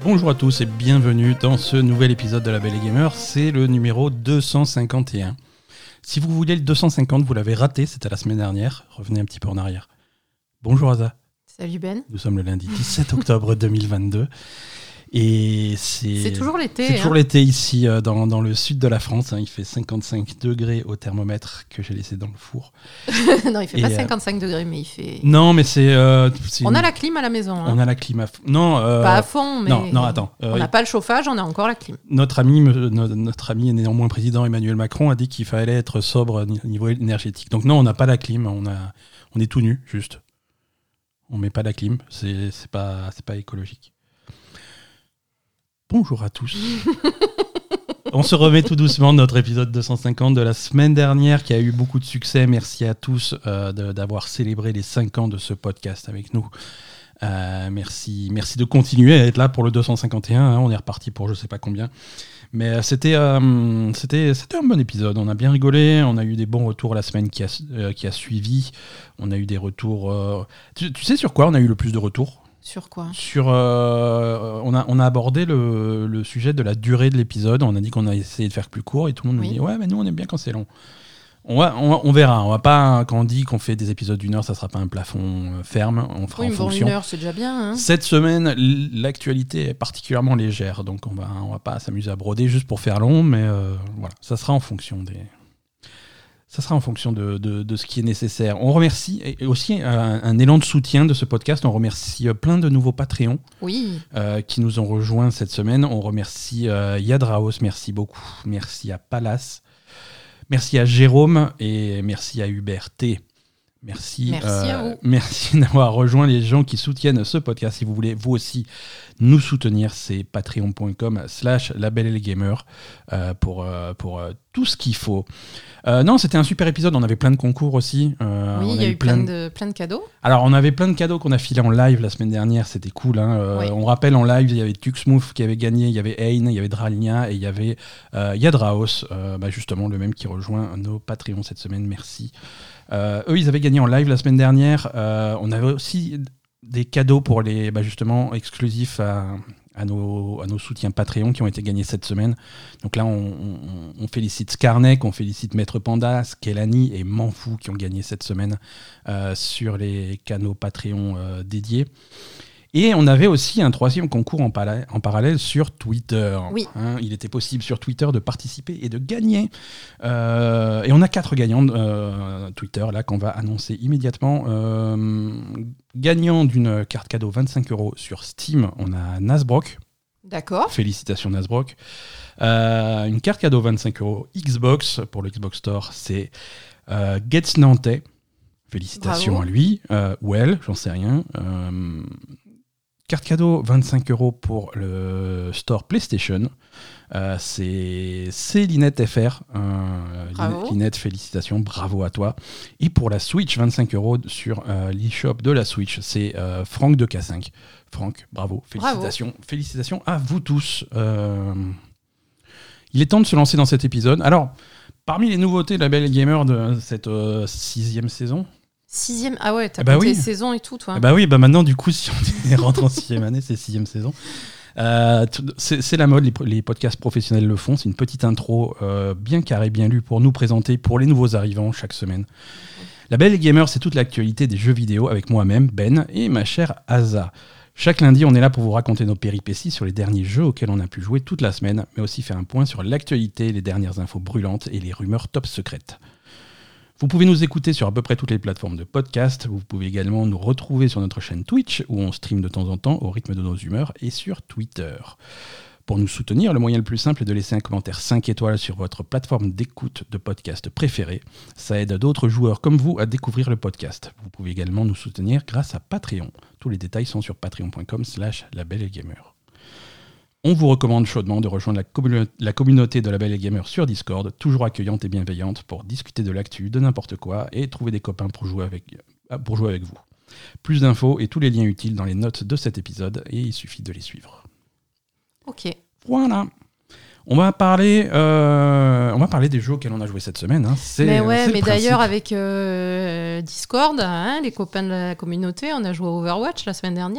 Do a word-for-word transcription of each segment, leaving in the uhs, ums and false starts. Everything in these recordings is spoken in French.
Bonjour à tous et bienvenue dans ce nouvel épisode de La Belle et Gamer, c'est le numéro deux cent cinquante et un. Si vous voulez le deux cent cinquante, vous l'avez raté, c'était la semaine dernière, revenez un petit peu en arrière. Bonjour Aza. Salut Ben. Nous sommes le lundi dix-sept octobre deux mille vingt-deux. Et c'est, c'est toujours l'été. C'est toujours hein. l'été ici, euh, dans, dans le sud de la France. Hein, il fait cinquante-cinq degrés au thermomètre que j'ai laissé dans le four. Non, il fait Et pas euh, cinquante-cinq degrés, mais il fait... Non, mais c'est... Euh, c'est on une... a la clim à la maison. Hein. On a la clim à fond. Non, euh... Pas à fond, mais... Non, non attends. Euh, on n'a pas le chauffage, on a encore la clim. Notre ami, notre, notre ami et néanmoins président Emmanuel Macron a dit qu'il fallait être sobre au niveau énergétique. Donc non, on n'a pas la clim, on, a, on est tout nu, juste. On met pas la clim, c'est, c'est, pas, c'est pas écologique. Bonjour à tous. On se remet tout doucement de notre épisode deux cent cinquante de la semaine dernière qui a eu beaucoup de succès. Merci à tous euh, de, d'avoir célébré les cinq ans de ce podcast avec nous. Euh, merci, merci de continuer à être là pour le deux cent cinquante et un. Hein, on est reparti pour je sais pas combien. Mais euh, c'était, euh, c'était, c'était un bon épisode. On a bien rigolé. On a eu des bons retours la semaine qui a, euh, qui a suivi. On a eu des retours... Euh... Tu, tu sais sur quoi on a eu le plus de retours ? Sur quoi ? Sur, euh, on, a, on a abordé le, le sujet de la durée de l'épisode. On a dit qu'on a essayé de faire plus court et tout le monde oui. nous dit « Ouais, mais nous, on aime bien quand c'est long. » On, va, on, on verra. On va pas, quand on dit qu'on fait des épisodes d'une heure, ça sera pas un plafond ferme. On fera oui, en bon, fonction. Une heure, c'est déjà bien. Hein. Cette semaine, l'actualité est particulièrement légère, donc on va, on va pas s'amuser à broder juste pour faire long, mais euh, voilà, ça sera en fonction des, ça sera en fonction de, de, de ce qui est nécessaire. On remercie et aussi un, un élan de soutien de ce podcast. On remercie plein de nouveaux Patreons oui. euh, qui nous ont rejoints cette semaine. On remercie euh, Yadraos, merci beaucoup. Merci à Palace. Merci à Jérôme et merci à Hubert T. Merci, merci, euh, à vous. merci d'avoir rejoint les gens qui soutiennent ce podcast. Si vous voulez vous aussi nous soutenir, c'est patreon.com slash labellegamer euh, pour, euh, pour euh, tout ce qu'il faut. Euh, non, c'était un super épisode. On avait plein de concours aussi. Euh, oui, il y a eu plein de, plein de cadeaux. Alors, on avait plein de cadeaux qu'on a filés en live la semaine dernière. C'était cool. Hein. Euh, oui. On rappelle en live, il y avait Tuxmouth qui avait gagné, il y avait Ain, il y avait Dralia et il y avait euh, Yadraos, euh, bah justement le même qui rejoint nos Patreons cette semaine. Merci. Euh, eux, ils avaient gagné en live la semaine dernière. Euh, on avait aussi des cadeaux pour les, bah justement, exclusifs à, à, nos, à nos soutiens Patreon qui ont été gagnés cette semaine. Donc là, on, on, on félicite Skarnek, on félicite Maître Panda, Skelani et Manfou qui ont gagné cette semaine euh, sur les canaux Patreon euh, dédiés. Et on avait aussi un troisième concours en, pala- en parallèle sur Twitter. Oui. Hein, il était possible sur Twitter de participer et de gagner. Euh, et on a quatre gagnants euh, Twitter là qu'on va annoncer immédiatement. Euh, gagnant d'une carte cadeau vingt-cinq euros sur Steam, on a Nasbrock. D'accord. Félicitations Nasbrock. Euh, une carte cadeau vingt-cinq euros Xbox pour le Xbox Store, c'est euh, Getz Nantais. Félicitations Bravo. à lui. Euh, well, j'en sais rien. Euh, Carte cadeau, vingt-cinq euros pour le store PlayStation. Euh, c'est, c'est Linette F R. Euh, bravo. Linette, félicitations, bravo à toi. Et pour la Switch, vingt-cinq euros sur euh, l'eShop de la Switch, c'est euh, Franck de K cinq. Franck, bravo, félicitations. Bravo. Félicitations à vous tous. Euh, il est temps de se lancer dans cet épisode. Alors, parmi les nouveautés de la Belle Gamer de cette euh, sixième saison, Sixième, ah ouais, t'as eh bah compté oui. les saisons et tout, toi. Eh bah oui, bah maintenant, du coup, si on rentre en sixième année, c'est sixième saison. Euh, c'est, c'est la mode, les, les podcasts professionnels le font. C'est une petite intro euh, bien carrée, bien lue pour nous présenter pour les nouveaux arrivants chaque semaine. Mm-hmm. La Belle et Gamer, c'est toute l'actualité des jeux vidéo avec moi-même, Ben, et ma chère Aza. Chaque lundi, on est là pour vous raconter nos péripéties sur les derniers jeux auxquels on a pu jouer toute la semaine, mais aussi faire un point sur l'actualité, les dernières infos brûlantes et les rumeurs top secrètes. Vous pouvez nous écouter sur à peu près toutes les plateformes de podcast. Vous pouvez également nous retrouver sur notre chaîne Twitch, où on stream de temps en temps au rythme de nos humeurs, et sur Twitter. Pour nous soutenir, le moyen le plus simple est de laisser un commentaire cinq étoiles sur votre plateforme d'écoute de podcast préférée. Ça aide d'autres joueurs comme vous à découvrir le podcast. Vous pouvez également nous soutenir grâce à Patreon. Tous les détails sont sur patreon.com slash labellegamer. On vous recommande chaudement de rejoindre la, commun- la communauté de La Belle et Gamer sur Discord, toujours accueillante et bienveillante pour discuter de l'actu, de n'importe quoi et trouver des copains pour jouer avec, pour jouer avec vous. Plus d'infos et tous les liens utiles dans les notes de cet épisode et il suffit de les suivre. Ok. Voilà. On va parler, euh, on va parler des jeux auxquels on a joué cette semaine. Hein. C'est, mais ouais, c'est mais le d'ailleurs principe. avec euh, Discord, hein, les copains de la communauté, on a joué à Overwatch la semaine dernière.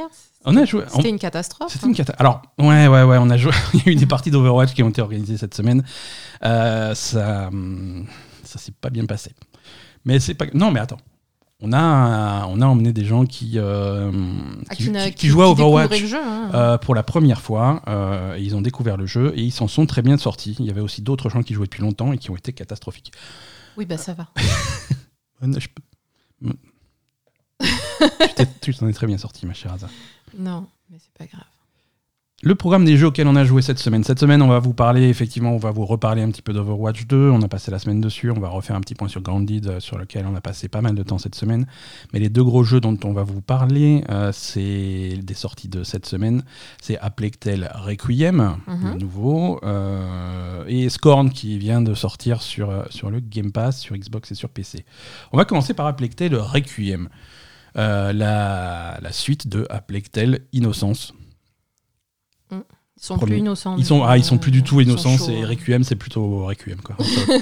On a joué. C'était on- une catastrophe. C'était une cata. Alors, ouais, ouais, ouais, on a joué. Il y a eu des parties d'Overwatch qui ont été organisées cette semaine. Euh, ça, hum, ça s'est pas bien passé. Mais c'est pas. Non, mais attends. On a, on a emmené des gens qui, euh, Ah, qui, qui n'a- qui- qui qui- jouaient à qui Overwatch découvraient le jeu, hein. euh, pour la première fois. euh, et ils ont découvert le jeu et ils s'en sont très bien sortis. Il y avait aussi d'autres gens qui jouaient depuis longtemps et qui ont été catastrophiques. Oui, bah ça va. Euh, je peux- tu t'es- tu t'en es très bien sorti, ma chère Aza. Non, mais c'est pas grave. Le programme des jeux auxquels on a joué cette semaine. Cette semaine, on va vous parler, effectivement, on va vous reparler un petit peu d'Overwatch deux. On a passé la semaine dessus. On va refaire un petit point sur Grounded, euh, sur lequel on a passé pas mal de temps cette semaine. Mais les deux gros jeux dont on va vous parler, euh, c'est des sorties de cette semaine. C'est A Plague Tale Requiem, Mhm. le nouveau, euh, et Scorn qui vient de sortir sur, euh, sur le Game Pass, sur Xbox et sur P C. On va commencer par A Plague Tale Requiem, euh, la, la suite de A Plague Tale Innocence. Ils sont Premier. plus innocents. Ils sont, ah, ils sont plus du tout Ils sont innocents, chauds, et hein. Requiem, c'est plutôt Requiem, quoi.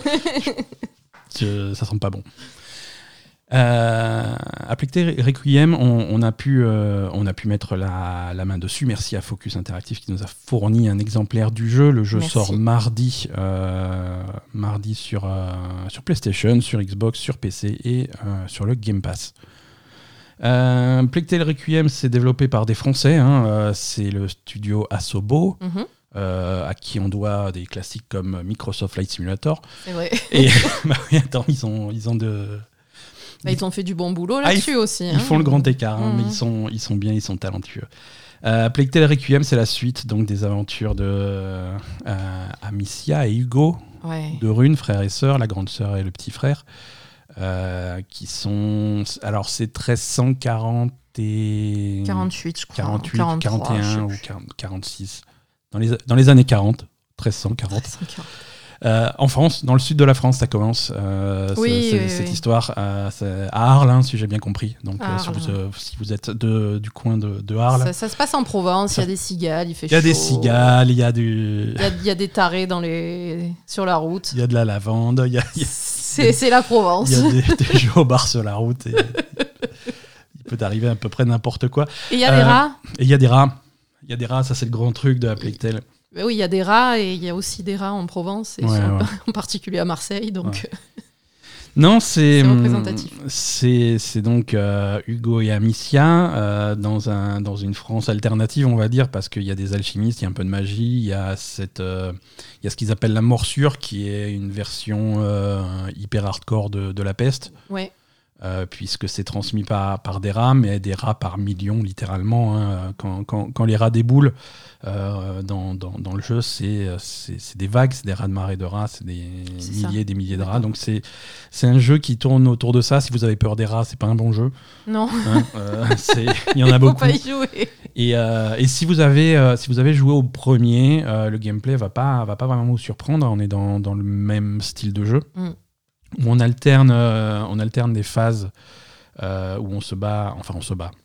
Je- ça sent pas bon. Euh, A Plague Tale Requiem, on, on, a pu, euh, on a pu mettre la, la main dessus. Merci à Focus Interactive qui nous a fourni un exemplaire du jeu. Le jeu Merci. sort mardi, euh, mardi sur, euh, sur PlayStation, sur Xbox, sur P C et euh, sur le Game Pass. Euh, Plague Tale Requiem, c'est développé par des Français. Hein, euh, c'est le studio Asobo, Mhm, euh, à qui on doit des classiques comme Microsoft Flight Simulator. c'est vrai. Et bah oui, attends, ils ont, ils ont de. Bah, ils ont fait du bon boulot Ah, là-dessus aussi. Ils hein. font le grand écart, hein, Mhm. mais ils sont, ils sont bien, ils sont talentueux. Euh, Plague Tale Requiem, c'est la suite donc des aventures de euh, Amicia et Hugo, Ouais. de Rune, frère et sœur, la grande sœur et le petit frère, euh, qui sont. Alors, c'est treize cent quarante et. quarante-huit, je crois. quarante-huit, quarante-trois, quarante et un je ou sais plus. quarante, quarante-six. Dans les, dans les années quarante, treize cent quarante. treize cent quarante. Euh, en France, dans le sud de la France, ça commence. euh, ce- Oui, ce- oui, cette oui. histoire euh, c'est à Arles, hein, si j'ai bien compris. Donc, euh, si, Arles. vous, euh, si vous êtes de, du coin de, de Arles, Ça, ça se passe en Provence, il Ça- y a des cigales, il fait il y a chaud. des cigales, il y a du, Il y a, il y a des tarés dans les... sur la route. il y a de la lavande, il y a, il y a- C'est c'est la Provence. il y a des, des jeux au bar sur la route. Et, il peut arriver à peu près n'importe quoi. Et il y a des Euh, rats. Et il y a des rats. Il y a des rats, ça c'est le grand truc de la Plague Tale. Bah oui, il y a des rats et il y a aussi des rats en Provence, et Ouais, sur- ouais. en particulier à Marseille. Donc, Non, c'est C'est représentatif. C'est c'est donc euh, Hugo et Amicia euh, dans un dans une France alternative, on va dire, parce qu'il y a des alchimistes, il y a un peu de magie, il y a cette euh, il y a ce qu'ils appellent la morsure, qui est une version euh, hyper hardcore de, de la peste, ouais. euh, puisque c'est transmis par par des rats, mais des rats par millions littéralement. Hein. Quand, quand quand les rats déboulent euh, dans, dans dans le jeu, c'est c'est c'est des vagues, c'est des ras de marée de rats, c'est des C'est milliers, ça. des milliers de rats. D'accord. Donc c'est c'est un jeu qui tourne autour de ça. Si vous avez peur des rats, c'est pas un bon jeu. Non, Hein. Euh, c'est- il y en a faut beaucoup. pas y jouer. Et, euh, et si vous avez euh, si vous avez joué au premier, euh, le gameplay va pas va pas vraiment vous surprendre. On est dans, dans le même style de jeu Mm. où on alterne euh, on alterne des phases euh, où on se bat. Enfin, on se bat.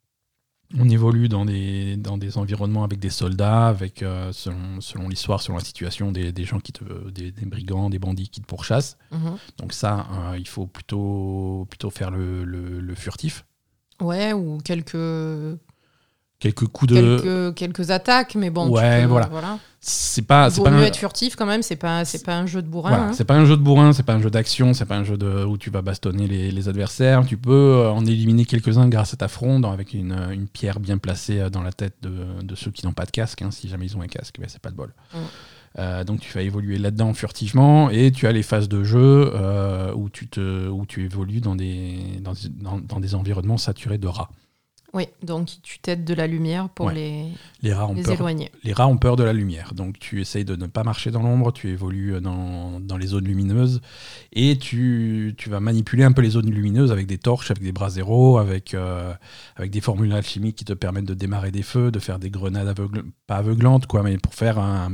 On évolue dans des, dans des environnements avec des soldats, avec, euh, selon, selon l'histoire, selon la situation, des, des gens qui te, des, des brigands, des bandits qui te pourchassent. Mhm. Donc ça, euh, il faut plutôt, plutôt faire le, le, le furtif. Ouais, ou quelques, Quelques coups de... quelques, quelques attaques, mais bon, tu Ouais, peux- voilà. voilà. C'est pas, Il c'est vaut pas mieux un... être furtif quand même, c'est pas, c'est pas un jeu de bourrin. Voilà, hein. c'est pas un jeu de bourrin, c'est pas un jeu d'action, c'est pas un jeu de, où tu vas bastonner les, les adversaires. Tu peux euh, en éliminer quelques-uns grâce à ta fronde, avec une, une pierre bien placée euh, dans la tête de, de ceux qui n'ont pas de casque. Hein. Si jamais ils ont un casque, ben, c'est pas de bol. Mm. Euh, donc tu vas évoluer là-dedans furtivement, et tu as les phases de jeu euh, où, tu te, où tu évolues dans des, dans, dans, dans des environnements saturés de rats. Oui, donc tu t'aides de la lumière pour Ouais. les, Les rats ont les peur. éloigner. Les rats ont peur de la lumière, donc tu essayes de ne pas marcher dans l'ombre, tu évolues dans, dans les zones lumineuses, et tu, tu vas manipuler un peu les zones lumineuses avec des torches, avec des bras zéro, avec, euh, avec des formules alchimiques qui te permettent de démarrer des feux, de faire des grenades aveugl- pas aveuglantes, quoi, mais pour faire un,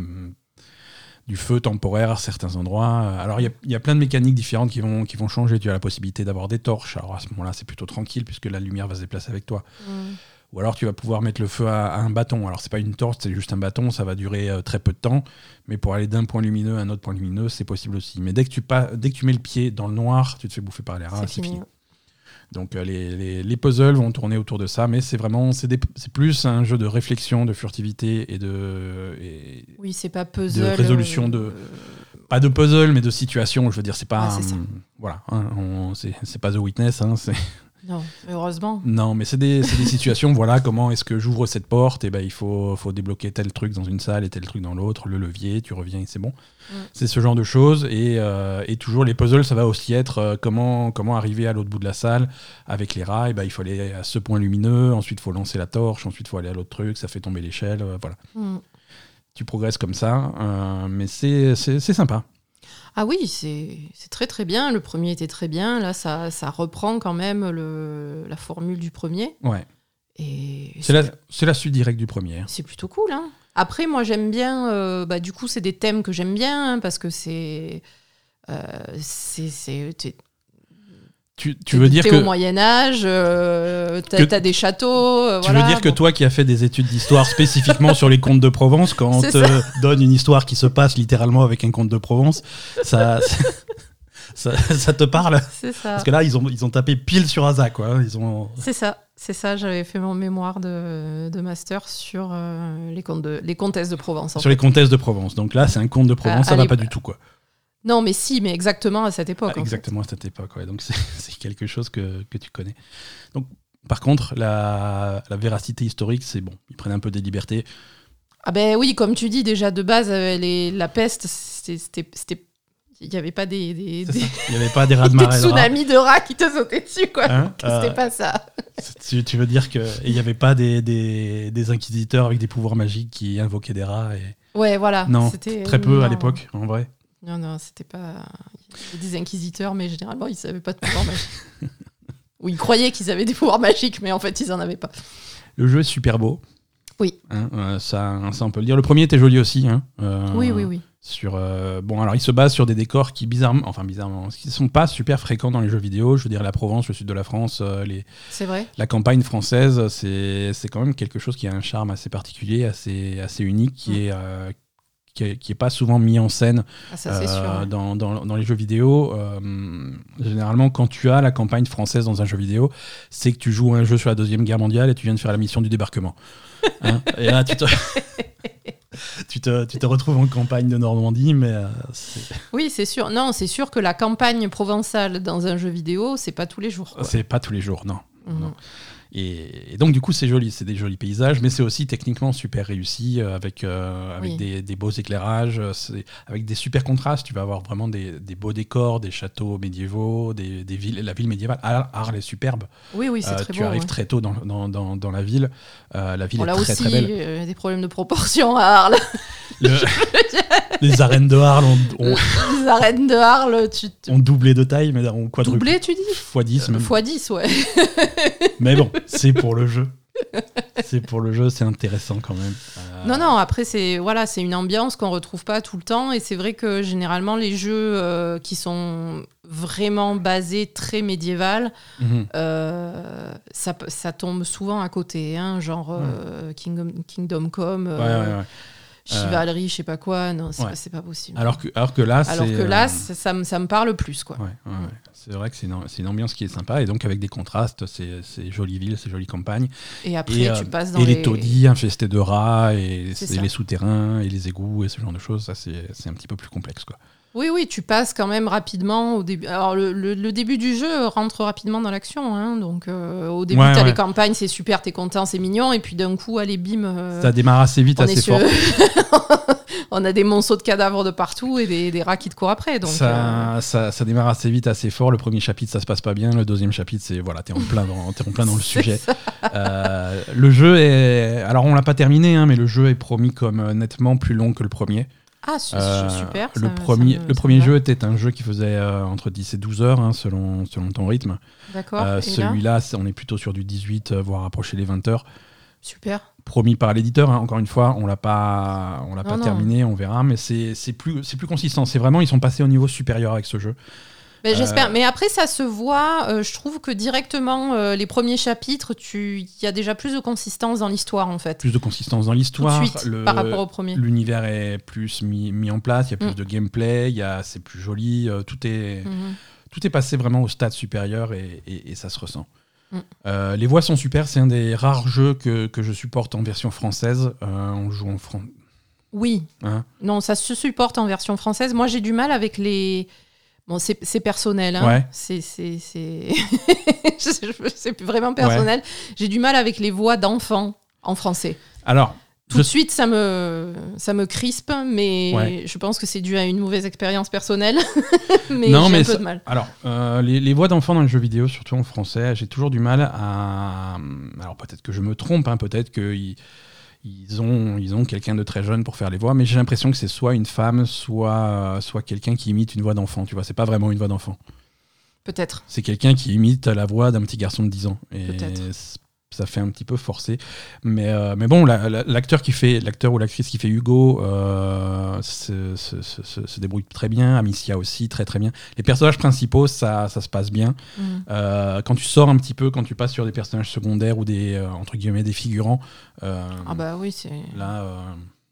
du feu temporaire à certains endroits. Alors il y a, il y a plein de mécaniques différentes qui vont, qui vont changer. Tu as la possibilité d'avoir des torches, alors à ce moment-là c'est plutôt tranquille puisque la lumière va se déplacer avec toi. Mm. Ou alors tu vas pouvoir mettre le feu à, à un bâton. Alors c'est pas une torche, c'est juste un bâton, ça va durer euh, très peu de temps. Mais pour aller d'un point lumineux à un autre point lumineux, c'est possible aussi. Mais dès que tu, pas, dès que tu mets le pied dans le noir, tu te fais bouffer par les rats, c'est c'est fini. fini. Donc euh, les, les, les puzzles vont tourner autour de ça, mais c'est vraiment c'est, des, c'est plus un jeu de réflexion, de furtivité et de et oui, c'est pas puzzle. De résolution euh, de pas de puzzle, mais de situation. Je veux dire, c'est pas ouais, c'est un, ça. voilà, hein, on, c'est, c'est pas The Witness. Hein, c'est... Non, heureusement. Non, mais c'est des, c'est des situations. Voilà, comment est-ce que j'ouvre cette porte? Et ben il faut faut débloquer tel truc dans une salle et tel truc dans l'autre. Le levier, tu reviens et c'est bon. Mm. C'est ce genre de choses. Et, euh, et toujours les puzzles, ça va aussi être euh, comment comment arriver à l'autre bout de la salle avec les rails. Ben, il faut aller à ce point lumineux. Ensuite, il faut lancer la torche. Ensuite, il faut aller à l'autre truc. Ça fait tomber l'échelle. Euh, voilà. Mm. Tu progresses comme ça, euh, mais c'est, c'est c'est sympa. Ah oui, c'est, c'est très très bien. Le premier était très bien. Là, ça, ça reprend quand même le, la formule du premier. Ouais. Et c'est, c'est, la, c'est la suite directe du premier. C'est plutôt cool. Hein. Après, moi, j'aime bien... Euh, bah, du coup, c'est des thèmes que j'aime bien, hein, parce que c'est... Euh, c'est, c'est tu, tu veux dire t'es que... au Moyen-Âge, euh, t'as, que, t'as des châteaux... Euh, tu voilà, veux dire bon. que toi qui as fait des études d'histoire spécifiquement sur les contes de Provence, quand on te ça. donne une histoire qui se passe littéralement avec un conte de Provence, ça... Ça, ça te parle? C'est ça. Parce que là, ils ont, ils ont tapé pile sur Asa, quoi. Ils ont... C'est ça, c'est ça. J'avais fait mon mémoire de, de master sur euh, les, contes de, les comtesses de Provence. Sur fait. les comtesses de Provence. Donc là, c'est un conte de Provence, à, ça à va pas du tout, quoi. Non, mais si, mais exactement à cette époque. Ah, exactement à cette époque, ouais. Donc c'est, c'est quelque chose que, que tu connais. Donc, par contre, la, la véracité historique, c'est bon. Ils prennent un peu des libertés. Ah ben oui, comme tu dis, déjà de base, les, la peste, c'était... c'était, c'était il n'y avait pas des, des, des... Il n'y avait pas des rats de marée. Des tsunamis de rats qui te sautaient dessus, quoi. Hein C'était euh, pas ça. Tu, tu veux dire qu'il n'y avait pas des, des, des inquisiteurs avec des pouvoirs magiques qui invoquaient des rats et... Ouais, voilà. Non, c'était... très peu non. à l'époque, en vrai. Non, non, c'était pas... Il y avait des inquisiteurs, mais généralement, ils ne savaient pas de pouvoirs magiques. Ou ils croyaient qu'ils avaient des pouvoirs magiques, mais en fait, ils n'en avaient pas. Le jeu est super beau. Oui. Hein, euh, ça, ça, on peut le dire. Le premier était joli aussi. Hein, euh, oui, oui, oui. Sur, euh, bon, alors il se base sur des décors qui bizarrement, enfin bizarrement, qui sont pas super fréquents dans les jeux vidéo. Je veux dire la Provence, le sud de la France, euh, les, c'est vrai. La campagne française, c'est, c'est quand même quelque chose qui a un charme assez particulier, assez, assez unique, qui, mmh. est, euh, qui, est, qui est pas souvent mis en scène ah, ça, c'est euh, sûr, ouais. dans, dans, dans les jeux vidéo. Euh, généralement, quand tu as la campagne française dans un jeu vidéo, c'est que tu joues un jeu sur la Deuxième Guerre mondiale et tu viens de faire la mission du débarquement. Hein et là, tu te... tu, te, tu te retrouves en campagne de Normandie, mais... Euh, c'est... Oui, c'est sûr. Non, c'est sûr que la campagne provençale dans un jeu vidéo, c'est pas tous les jours, quoi. C'est pas tous les jours, non. Mmh. non. Et, et donc, du coup, c'est joli. C'est des jolis paysages, mais c'est aussi techniquement super réussi, euh, avec, euh, avec oui. des, des beaux éclairages, c'est, avec des super contrastes. Tu vas avoir vraiment des, des beaux décors, des châteaux médiévaux, des, des villes, la ville médiévale. Arles est superbe. Oui, oui, c'est euh, très tu beau. Tu arrives ouais. très tôt dans, dans, dans, dans la ville. Euh, la ville bon, est là très, aussi, très belle. Euh, des problèmes de proportion à Arles. Le... Les arènes de Arles ont, ont... Les arènes de Arles, tu te... ont doublé de taille, mais ont quadruplé. Doublé, tu dis fois dix même. fois dix, ouais. Mais bon, c'est pour le jeu. C'est pour le jeu, c'est intéressant quand même. Euh... Non, non, après, c'est, voilà, c'est une ambiance qu'on ne retrouve pas tout le temps. Et c'est vrai que généralement, les jeux euh, qui sont vraiment basés très médiéval, mm-hmm. euh, ça, ça tombe souvent à côté. Hein, genre euh, mm. Kingdom, Kingdom Come. Euh, ouais, ouais, ouais. Chivalry, euh, je sais pas quoi, non, c'est, ouais. pas, c'est pas possible. Alors que, alors que là, alors c'est, que là euh... ça, ça, me, ça me parle plus, quoi. Ouais, ouais, ouais. C'est vrai que c'est une, c'est une ambiance qui est sympa, et donc avec des contrastes, c'est, c'est jolie ville, c'est jolie campagne. Et après, et, tu euh, passes dans et les... les taudis infestés de rats, et c'est c'est les souterrains, et les égouts, et ce genre de choses, ça c'est, c'est un petit peu plus complexe, quoi. Oui, oui, tu passes quand même rapidement au début. Alors, le, le, le début du jeu rentre rapidement dans l'action. Hein, donc, euh, au début, ouais, tu as ouais. les campagnes, c'est super, t'es content, c'est mignon. Et puis, d'un coup, allez, bim. Euh, ça démarre assez vite, assez sur... fort. On a des monceaux de cadavres de partout et des, des rats qui te courent après. Donc, ça, euh... ça, ça démarre assez vite, assez fort. Le premier chapitre, ça se passe pas bien. Le deuxième chapitre, c'est voilà, t'es en plein dans, t'es en plein dans le sujet. Euh, le jeu est. Alors, on l'a pas terminé, hein, mais le jeu est promis comme nettement plus long que le premier. Ah, euh, super. Le ça, premier, ça me, le premier jeu était un jeu qui faisait euh, entre dix et douze heures, hein, selon, selon ton rythme. D'accord. Euh, et celui-là, là on est plutôt sur du dix-huit, euh, voire approcher les vingt heures. Super. Promis par l'éditeur, hein, encore une fois, on l'a pas, on l'a non, pas non. terminé, on verra, mais c'est, c'est, plus, c'est plus consistant. C'est vraiment, ils sont passés au niveau supérieur avec ce jeu. Ben, j'espère. Euh... Mais après, ça se voit. Euh, je trouve que directement, euh, les premiers chapitres, il y a déjà plus de consistance dans l'histoire, en fait. Plus de consistance dans l'histoire. Tout de suite, le... par rapport au premier. L'univers est plus mis, mis en place. Il y a plus mm. de gameplay. Il y a, c'est plus joli. Euh, tout est, mm-hmm. tout est passé vraiment au stade supérieur et, et, et ça se ressent. Mm. Euh, les voix sont super, c'est un des rares jeux que, que je supporte en version française. Euh, on joue en français. Oui. Hein non, ça se supporte en version française. Moi, j'ai du mal avec les... Bon, c'est, c'est personnel. Hein. Ouais. C'est, c'est, c'est... c'est vraiment personnel. Ouais. J'ai du mal avec les voix d'enfants en français. Alors... Tout je... de suite, ça me, ça me crispe, mais ouais. je pense que c'est dû à une mauvaise expérience personnelle. mais non, j'ai mais un peu ça... de mal. Alors, euh, les, les voix d'enfants dans les jeux vidéo, surtout en français, j'ai toujours du mal à... Alors peut-être que je me trompe, hein, peut-être qu'ils ils ont, ils ont quelqu'un de très jeune pour faire les voix, mais j'ai l'impression que c'est soit une femme, soit, soit quelqu'un qui imite une voix d'enfant. Tu vois, c'est pas vraiment une voix d'enfant. Peut-être. C'est quelqu'un qui imite la voix d'un petit garçon de dix ans. Et peut-être. Ça fait un petit peu forcé, mais euh, mais bon, la, la, l'acteur qui fait l'acteur ou l'actrice qui fait Hugo euh, se, se, se, se débrouille très bien. Amicia aussi très très bien. Les personnages principaux, ça ça se passe bien. Mm. Euh, quand tu sors un petit peu, quand tu passes sur des personnages secondaires ou des euh, entre guillemets des figurants, euh, ah bah oui c'est là. Euh,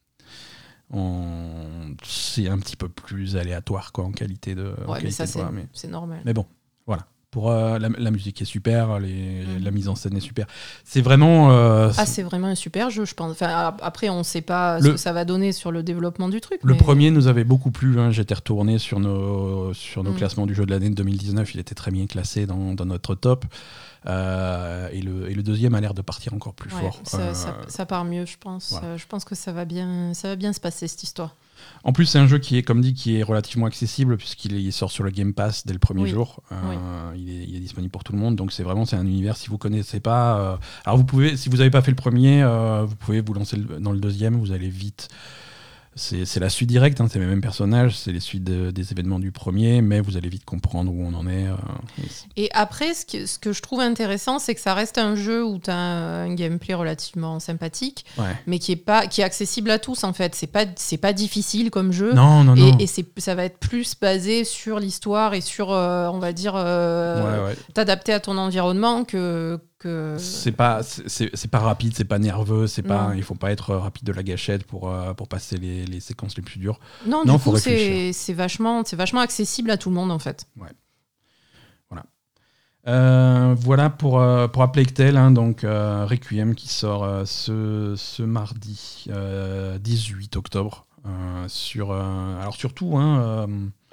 on... c'est un petit peu plus aléatoire quoi en qualité de. Ouais, en mais qualité ça de c'est, voix, mais... c'est normal. Mais bon, voilà. Pour euh, la, la musique est super, les, mmh. la mise en scène est super. C'est vraiment. Euh, ah, c'est vraiment un super jeu, je pense. Enfin, après, on ne sait pas le, ce que ça va donner sur le développement du truc. Le mais... premier nous avait beaucoup plu. Hein. J'étais retourné sur nos, sur nos mmh. classements du jeu de l'année de deux mille dix-neuf. Il était très bien classé dans, dans notre top. Euh, et, le, et le deuxième a l'air de partir encore plus ouais, fort. Ça, euh, ça, ça part mieux, je pense. Voilà. Euh, je pense que ça va bien, ça va bien se passer, cette histoire. En plus, c'est un jeu qui est, comme dit, qui est relativement accessible puisqu'il est, il sort sur le Game Pass dès le premier oui. jour. Euh, oui. il, est, il est disponible pour tout le monde, donc c'est vraiment c'est un univers. Si vous connaissez pas, euh, alors vous pouvez, si vous n'avez pas fait le premier, euh, vous pouvez vous lancer le, dans le deuxième. Vous allez vite. C'est, c'est la suite directe, hein, c'est les mêmes personnages, c'est les suites de, des événements du premier, mais vous allez vite comprendre où on en est. Euh, et après, ce que, ce que je trouve intéressant, c'est que ça reste un jeu où tu as un gameplay relativement sympathique, ouais. mais qui est, pas, qui est accessible à tous, en fait. C'est pas, c'est pas difficile comme jeu. Non, non, non. Et, et c'est, ça va être plus basé sur l'histoire et sur, euh, on va dire, euh, ouais, ouais. t'adapter à ton environnement que... Que... C'est pas c'est, c'est, c'est pas rapide, c'est pas nerveux, c'est pas il faut pas être rapide de la gâchette pour euh, pour passer les, les séquences les plus dures. Non, non du coup c'est c'est vachement c'est vachement accessible à tout le monde en fait. Ouais. Voilà. Euh, voilà pour euh, pour A Plague Tale hein, donc euh, Requiem qui sort euh, ce ce mardi euh, dix-huit octobre euh, sur euh, alors surtout hein euh,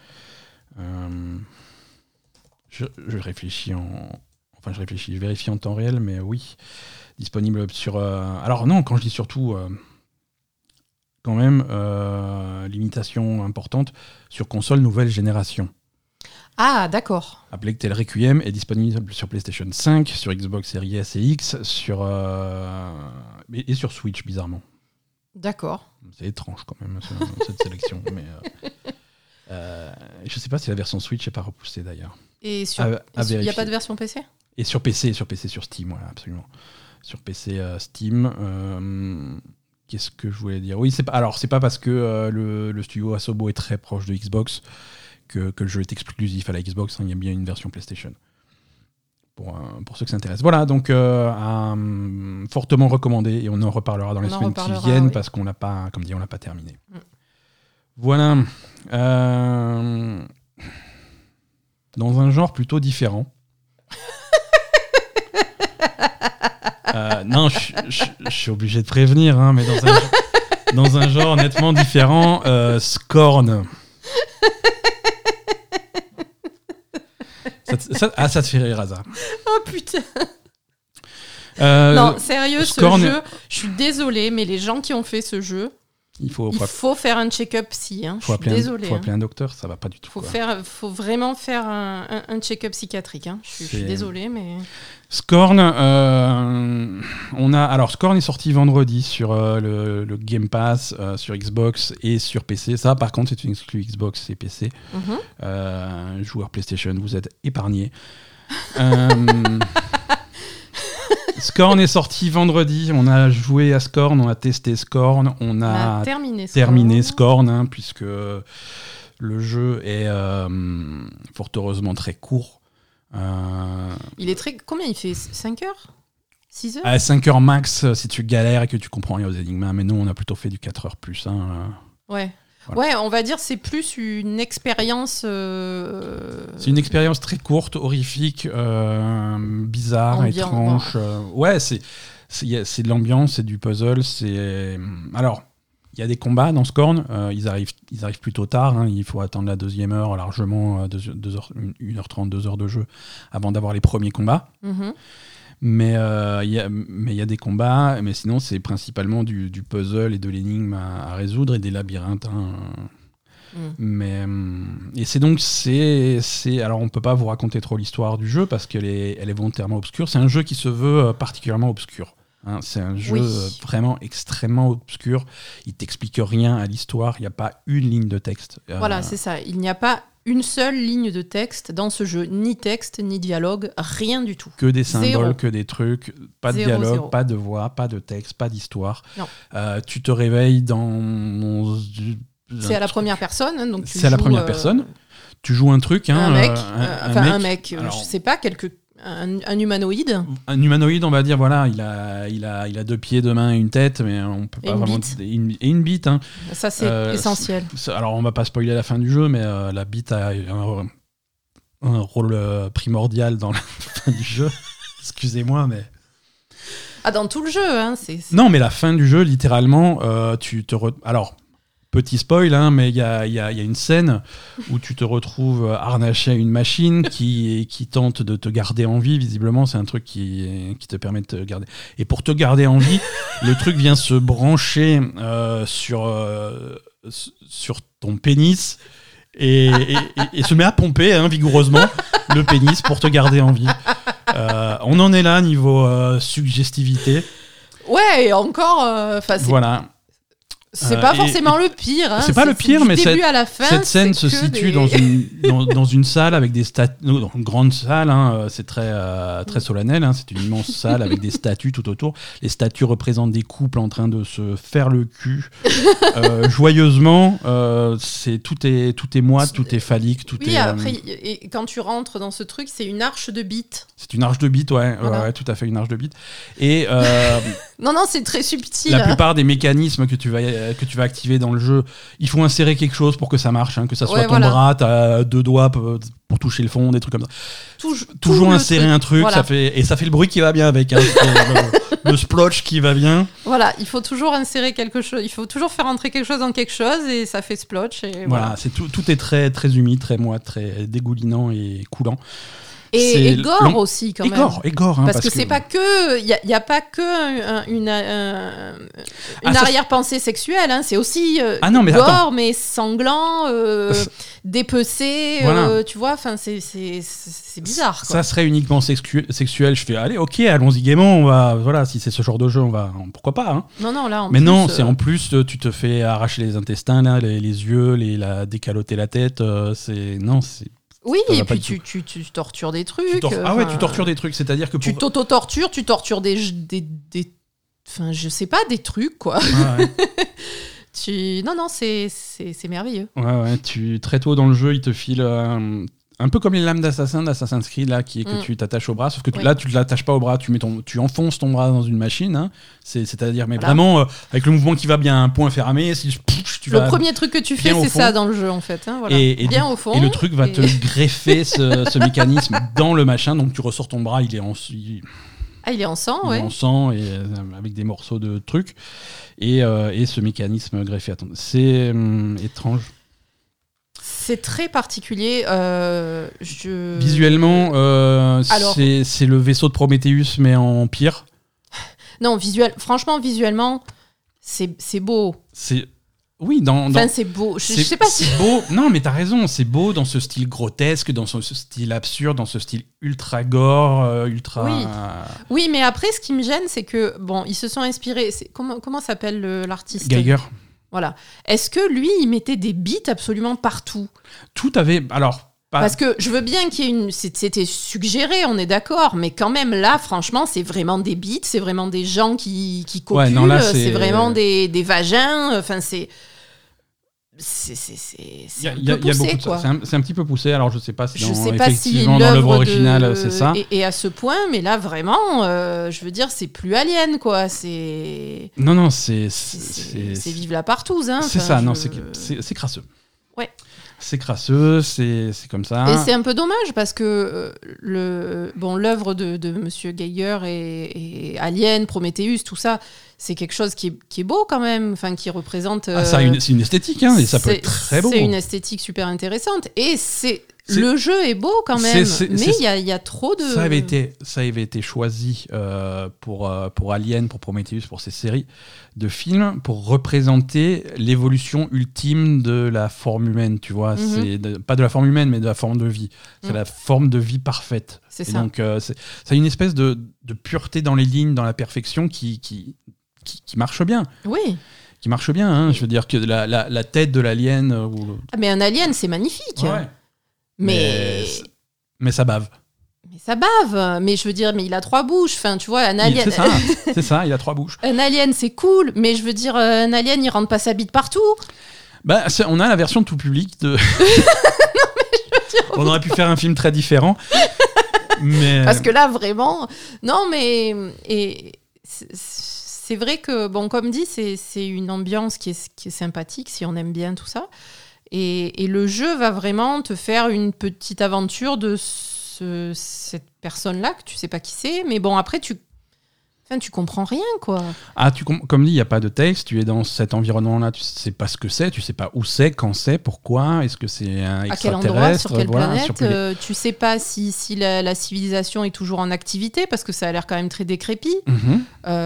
euh, je, je réfléchis en Enfin, je réfléchis, je vérifie en temps réel, mais oui, disponible sur... Euh... Alors non, quand je dis surtout, euh... quand même, euh... limitation importante, sur console nouvelle génération. Ah, d'accord. A Plague Tale Requiem est disponible sur PlayStation cinq, sur Xbox Series S et X, sur, euh... et sur Switch, bizarrement. D'accord. C'est étrange quand même, cette sélection. Mais, euh... Euh... je ne sais pas si la version Switch n'est pas repoussée, d'ailleurs. Et sur... il n'y a pas de version P C ? Et sur P C, sur P C, sur Steam, voilà, absolument. Sur P C, euh, Steam. Euh, qu'est-ce que je voulais dire ? Oui, c'est pas. Alors, c'est pas parce que euh, le, le studio Asobo est très proche de Xbox que, que le jeu est exclusif à la Xbox. Hein, il y a bien une version PlayStation. Pour, euh, pour ceux que ça intéresse. Voilà, donc euh, euh, fortement recommandé et on en reparlera dans les semaines qui viennent oui. parce qu'on l'a pas, comme dit, on l'a pas terminé. Mm. Voilà. Euh, dans un genre plutôt différent. Euh, non, je suis obligé de prévenir, hein, mais dans un, dans un genre nettement différent, euh, Scorn. ça, ça, ah, ça te fait rire, Aza. Oh putain. Euh, non, sérieux, Scorn... ce jeu, je suis désolée, mais les gens qui ont fait ce jeu, il faut, il faut faire un check-up psy. Hein. Faut je suis désolée. Il faut hein. appeler un docteur, ça va pas du tout. Il faut, quoi. faire, faut vraiment faire un, un, un check-up psychiatrique. Hein. Je, je suis désolée, mais... Scorn, euh, on a... Alors, Scorn est sorti vendredi sur euh, le, le Game Pass, euh, sur Xbox et sur P C. Ça, par contre, c'est une exclue Xbox et P C. Mm-hmm. Euh, joueur PlayStation, vous êtes épargnés. euh... Scorn est sorti vendredi, on a joué à Scorn, on a testé Scorn, on a, on a terminé Scorn, terminé Scorn hein, puisque le jeu est euh, fort heureusement très court. Euh... Il est très... Combien il fait ? cinq heures ? six heures ? À cinq heures max si tu galères et que tu comprends rien aux énigmes, mais nous on a plutôt fait du quatre heures plus. Hein. Ouais. Voilà. Ouais, on va dire c'est plus une expérience. Euh... C'est une expérience très courte, horrifique, euh, bizarre, Ambiant, étrange. ouais, euh, ouais, c'est, c'est, c'est de l'ambiance, c'est du puzzle. C'est... Alors, il y a des combats dans Scorn, euh, ils, arrivent, ils arrivent plutôt tard, hein, il faut attendre la deuxième heure, largement, deux heures, une heure trente, deux heures de jeu, avant d'avoir les premiers combats. Mm-hmm. Mais il euh, y, y a des combats, mais sinon c'est principalement du, du puzzle et de l'énigme à, à résoudre et des labyrinthes. Hein. Mm. Mais, et c'est donc, c'est, c'est, alors on peut pas vous raconter trop l'histoire du jeu parce qu'elle est, elle est volontairement obscure. C'est un jeu qui se veut particulièrement obscur. Hein. C'est un jeu oui. vraiment extrêmement obscur. Il t'explique rien à l'histoire, il n'y a pas une ligne de texte. Voilà, euh, c'est ça. Il n'y a pas une seule ligne de texte dans ce jeu, ni texte, ni dialogue, rien du tout. Que des symboles, zéro. Que des trucs, pas de zéro, dialogue, zéro. Pas de voix, pas de texte, pas d'histoire. Non. Euh, tu te réveilles dans... C'est à la première personne, hein, donc tu C'est à la joues, première euh, personne. Tu joues un truc, hein, un mec, euh, un, euh, un enfin mec, un mec, alors, je sais pas, quelque, un, un humanoïde. Un humanoïde, on va dire, voilà, il a, il a, il a deux pieds, deux mains et une tête, mais on peut pas et une vraiment. Bite. Et une, et une bite. Hein. Ça c'est euh, essentiel. C'est, alors on va pas spoiler la fin du jeu, mais euh, la bite a un, un rôle euh, primordial dans la fin du jeu. Excusez-moi, mais. Ah, dans tout le jeu, hein. C'est, c'est... Non, mais la fin du jeu, littéralement, euh, tu te. Re... Alors. Petit spoil, hein, mais il y a, y, a, y a une scène où tu te retrouves harnaché à une machine qui, qui tente de te garder en vie. Visiblement, c'est un truc qui, qui te permet de te garder. Et pour te garder en vie, le truc vient se brancher euh, sur, euh, sur ton pénis et, et, et, et se met à pomper hein, vigoureusement le pénis pour te garder en vie. Euh, on en est là niveau euh, suggestivité. Ouais, et encore... Euh, voilà. C'est euh, pas forcément et, le pire. Hein. C'est pas c'est, le pire, c'est mais cette, à la fin, cette scène se situe des... dans, une, dans, dans une salle avec des statues, dans une grande salle. Hein, c'est très, euh, très solennel. Hein, c'est une immense salle avec des statues tout autour. Les statues représentent des couples en train de se faire le cul euh, joyeusement. Euh, c'est tout est tout est moite, tout est phallique, tout oui, est. Après, euh... et quand tu rentres dans ce truc, c'est une arche de bite. C'est une arche de bite, ouais, voilà. ouais, ouais, tout à fait une arche de bite. Et euh, non, non, c'est très subtil. La plupart des mécanismes que tu vas que tu vas activer dans le jeu, il faut insérer quelque chose pour que ça marche, hein, que ça soit ouais, ton voilà. bras, t'as deux doigts pour, pour toucher le fond, des trucs comme ça. Touj- Toujours tout insérer truc. un truc, voilà. ça fait, et ça fait le bruit qui va bien avec, hein, le, le splotch qui va bien. Voilà, il faut toujours insérer quelque chose, il faut toujours faire entrer quelque chose dans quelque chose et ça fait splotch. Et voilà, voilà c'est tout, tout est très, très humide, très moite, très dégoulinant et coulant. Et, et gore long... aussi, quand et même. Gore, et gore, hein, parce, parce que, que c'est pas que. Il n'y a, a pas que un, une, un, une ah, arrière-pensée sexuelle. Hein, c'est aussi euh, ah non, mais gore, attends. mais sanglant, euh, dépecé. Voilà. Euh, tu vois, enfin, c'est, c'est, c'est bizarre. Quoi. Ça serait uniquement sexu- sexuel. Je fais, allez, ok, allons-y gaiement. On va, voilà, si c'est ce genre de jeu, on va, pourquoi pas. Hein. Non, non, là, en mais plus, non, euh... c'est en plus, tu te fais arracher les intestins, là, les, les yeux, les, la, décaloter la tête. Euh, c'est, non, c'est. Oui, et puis tu, tu, tu tortures des trucs. Tu tor- ah ouais, tu tortures des trucs, c'est-à-dire que pour... Tu t'auto-tortures, tu tortures des... des, des... Enfin, je sais pas, des trucs, quoi. Ah ouais. tu... Non, non, c'est, c'est, c'est merveilleux. Ouais, ouais, tu... très tôt dans le jeu, il te file... Euh... Un peu comme les lames d'assassin d'Assassin's Creed là, qui, que mm. tu t'attaches au bras, sauf que tu, oui. là tu ne l'attaches pas au bras, tu, mets ton, tu enfonces ton bras dans une machine, hein. c'est, c'est-à-dire mais voilà. vraiment euh, avec le mouvement qui va bien, un point fermé, si, pff, tu le vas premier truc que tu fais c'est ça dans le jeu en fait, hein, voilà. et, et bien du, au fond. Et le truc va et... te greffer ce, ce mécanisme dans le machin, donc tu ressors ton bras, il est en... Il... Ah, il est en sang, il ouais. est en sang, et, euh, avec des morceaux de trucs, et, euh, et ce mécanisme greffé à ton... C'est euh, étrange. C'est très particulier. Euh, je... Visuellement, euh, Alors... c'est, c'est le vaisseau de Prometheus, mais en pire. Non, visuel... franchement, visuellement, c'est, c'est beau. C'est... Oui, dans... dans... Enfin, c'est beau. Je, c'est, je sais pas si... C'est beau. Non, mais t'as raison, c'est beau dans ce style grotesque, dans ce style absurde, dans ce style ultra gore, euh, ultra... Oui. oui, mais après, ce qui me gêne, c'est que, bon, ils se sont inspirés... C'est... Comment, comment s'appelle le, l'artiste ? Geiger. Voilà. Est-ce que lui, il mettait des beats absolument partout ? Tout avait... Alors, pas... Parce que je veux bien qu'il y ait une... C'était suggéré, on est d'accord, mais quand même, là, franchement, c'est vraiment des beats, c'est vraiment des gens qui, qui copulent, ouais, non, là, c'est... c'est vraiment des, des vagins, enfin, c'est... c'est, c'est, c'est, c'est y a, un y a, peu poussé, y a beaucoup de quoi. C'est un, c'est un petit peu poussé, alors je sais pas si je dans, sais pas effectivement si dans l'œuvre l'œuvre originale de... c'est ça. Et, et à ce point, mais là vraiment, euh, je veux dire, c'est plus Alien, quoi. C'est. Non, non, c'est. C'est, C'est, c'est, c'est, c'est vive la partouze, hein. c'est Enfin, ça, je... non, c'est, c'est, c'est crasseux. Ouais. C'est crasseux, c'est, c'est comme ça. Et c'est un peu dommage parce que euh, le, bon, l'œuvre de, de Monsieur Geiger et, et Alien, Prometheus, tout ça, c'est quelque chose qui est, qui est beau quand même, enfin, qui représente. Euh, ah, ça a une, c'est une esthétique, hein, et ça peut être très beau. C'est une esthétique super intéressante. Et c'est. C'est... Le jeu est beau quand même, c'est, c'est, mais il y, y a trop de... Ça avait été, ça avait été choisi euh, pour, euh, pour Alien, pour Prometheus, pour ces séries de films, pour représenter l'évolution ultime de la forme humaine, tu vois. Mm-hmm. C'est de, pas de la forme humaine, mais de la forme de vie. C'est mm. la forme de vie parfaite. C'est Et ça. donc, euh, c'est, ça a une espèce de, de pureté dans les lignes, dans la perfection qui, qui, qui, qui marche bien. Oui. Qui marche bien, hein. Je veux dire que la, la, la tête de l'alien... Euh, ou... ah, mais un alien, c'est magnifique. Ouais. Mais... mais mais ça bave. Mais ça bave. Mais je veux dire, mais il a trois bouches. Enfin, tu vois, un alien. C'est ça. C'est ça. Il a trois bouches. Un alien, c'est cool. Mais je veux dire, un alien, il rentre pas sa bite partout. Bah, c'est, on a la version tout public de. non, mais je veux dire... On aurait pu faire un film très différent. mais... Parce que là, vraiment. Non, mais et c'est, c'est vrai que bon, comme dit, c'est c'est une ambiance qui est qui est sympathique si on aime bien tout ça. Et, et le jeu va vraiment te faire une petite aventure de ce, cette personne-là, que tu sais pas qui c'est, mais bon, après, tu, enfin, tu comprends rien, quoi. Ah, tu com- comme dit, il n'y a pas de texte, tu es dans cet environnement-là, tu sais pas ce que c'est, tu sais pas où c'est, quand c'est, pourquoi, est-ce que c'est un extraterrestre, à quel endroit, sur quelle voilà, planète, sur quel... euh, tu sais pas si, si la, la civilisation est toujours en activité, parce que ça a l'air quand même très décrépit. Mm-hmm.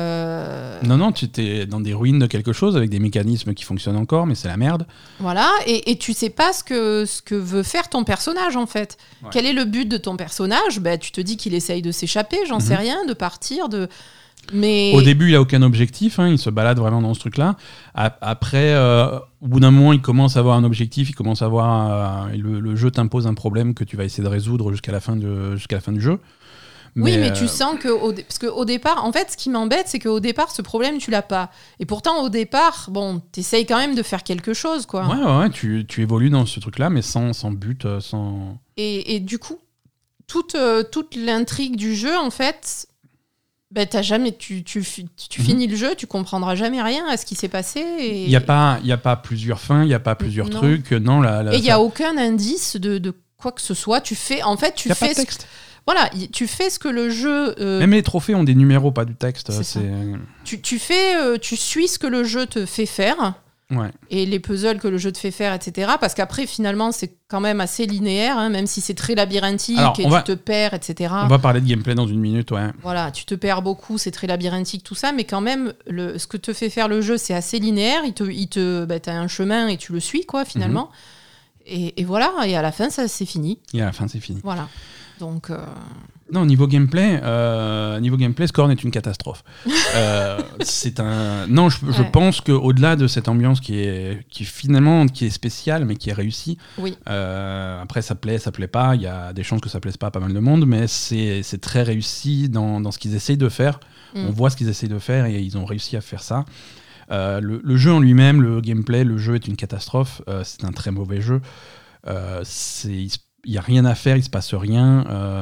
Euh... Non, non, tu es dans des ruines de quelque chose, avec des mécanismes qui fonctionnent encore, mais c'est la merde. Voilà, et, et tu sais pas ce que, ce que veut faire ton personnage, en fait. Ouais. Quel est le but de ton personnage ? Ben, tu te dis qu'il essaye de s'échapper, j'en mm-hmm. sais rien, de partir, de... Mais... Au début, il n'a aucun objectif, hein, il se balade vraiment dans ce truc-là. Après, euh, au bout d'un moment, il commence à avoir un objectif, il commence à avoir, euh, le, le jeu t'impose un problème que tu vas essayer de résoudre jusqu'à la fin, de, jusqu'à la fin du jeu. Mais oui, mais euh... tu sens que au dé... parce qu'au départ, en fait, ce qui m'embête, c'est qu'au départ, ce problème, tu l'as pas. Et pourtant, au départ, bon, t'essayes quand même de faire quelque chose, quoi. Ouais, ouais, ouais tu, tu évolues dans ce truc-là, mais sans, sans but, sans... Et, et du coup, toute, euh, toute l'intrigue du jeu, en fait... Ben, t'as jamais, tu, tu, tu finis mm-hmm. le jeu, tu comprendras jamais rien à ce qui s'est passé. Et... Il n'y a pas, y a pas plusieurs fins, il n'y a pas plusieurs non. trucs. Non, la, la, et il n'y a aucun indice de, de quoi que ce soit. Tu fais, en fait, tu y a fais. Pas de texte. Ce, voilà, tu fais ce que le jeu. Euh, Même les trophées ont des numéros, pas du texte. C'est c'est... Tu, tu, fais, euh, tu suis ce que le jeu te fait faire. Ouais. Et les puzzles que le jeu te fait faire, et cetera. Parce qu'après, finalement, c'est quand même assez linéaire, hein, même si c'est très labyrinthique. Alors, et tu va... te perds, et cetera. On va parler de gameplay dans une minute, ouais. Voilà, tu te perds beaucoup, c'est très labyrinthique, tout ça, mais quand même, le, ce que te fait faire le jeu, c'est assez linéaire. Il te, il te, bah, t'as un chemin et tu le suis, quoi, finalement. Mm-hmm. Et, et voilà, et à la fin, ça, c'est fini. Et à la fin, c'est fini. Voilà. Donc... Euh... Non, niveau gameplay, euh, niveau gameplay, Scorn est une catastrophe. euh, c'est un. Non, je, je ouais. pense qu'au-delà de cette ambiance qui est, qui finalement qui est spéciale, mais qui est réussie. Oui. Euh, après, ça plaît, ça plaît pas. Il y a des chances que ça plaise pas à pas mal de monde, mais c'est, c'est très réussi dans, dans ce qu'ils essayent de faire. Mm. On voit ce qu'ils essayent de faire et ils ont réussi à faire ça. Euh, le, le jeu en lui-même, le gameplay, le jeu est une catastrophe. Euh, c'est un très mauvais jeu. Euh, c'est Il n'y a rien à faire, il ne se passe rien. Euh,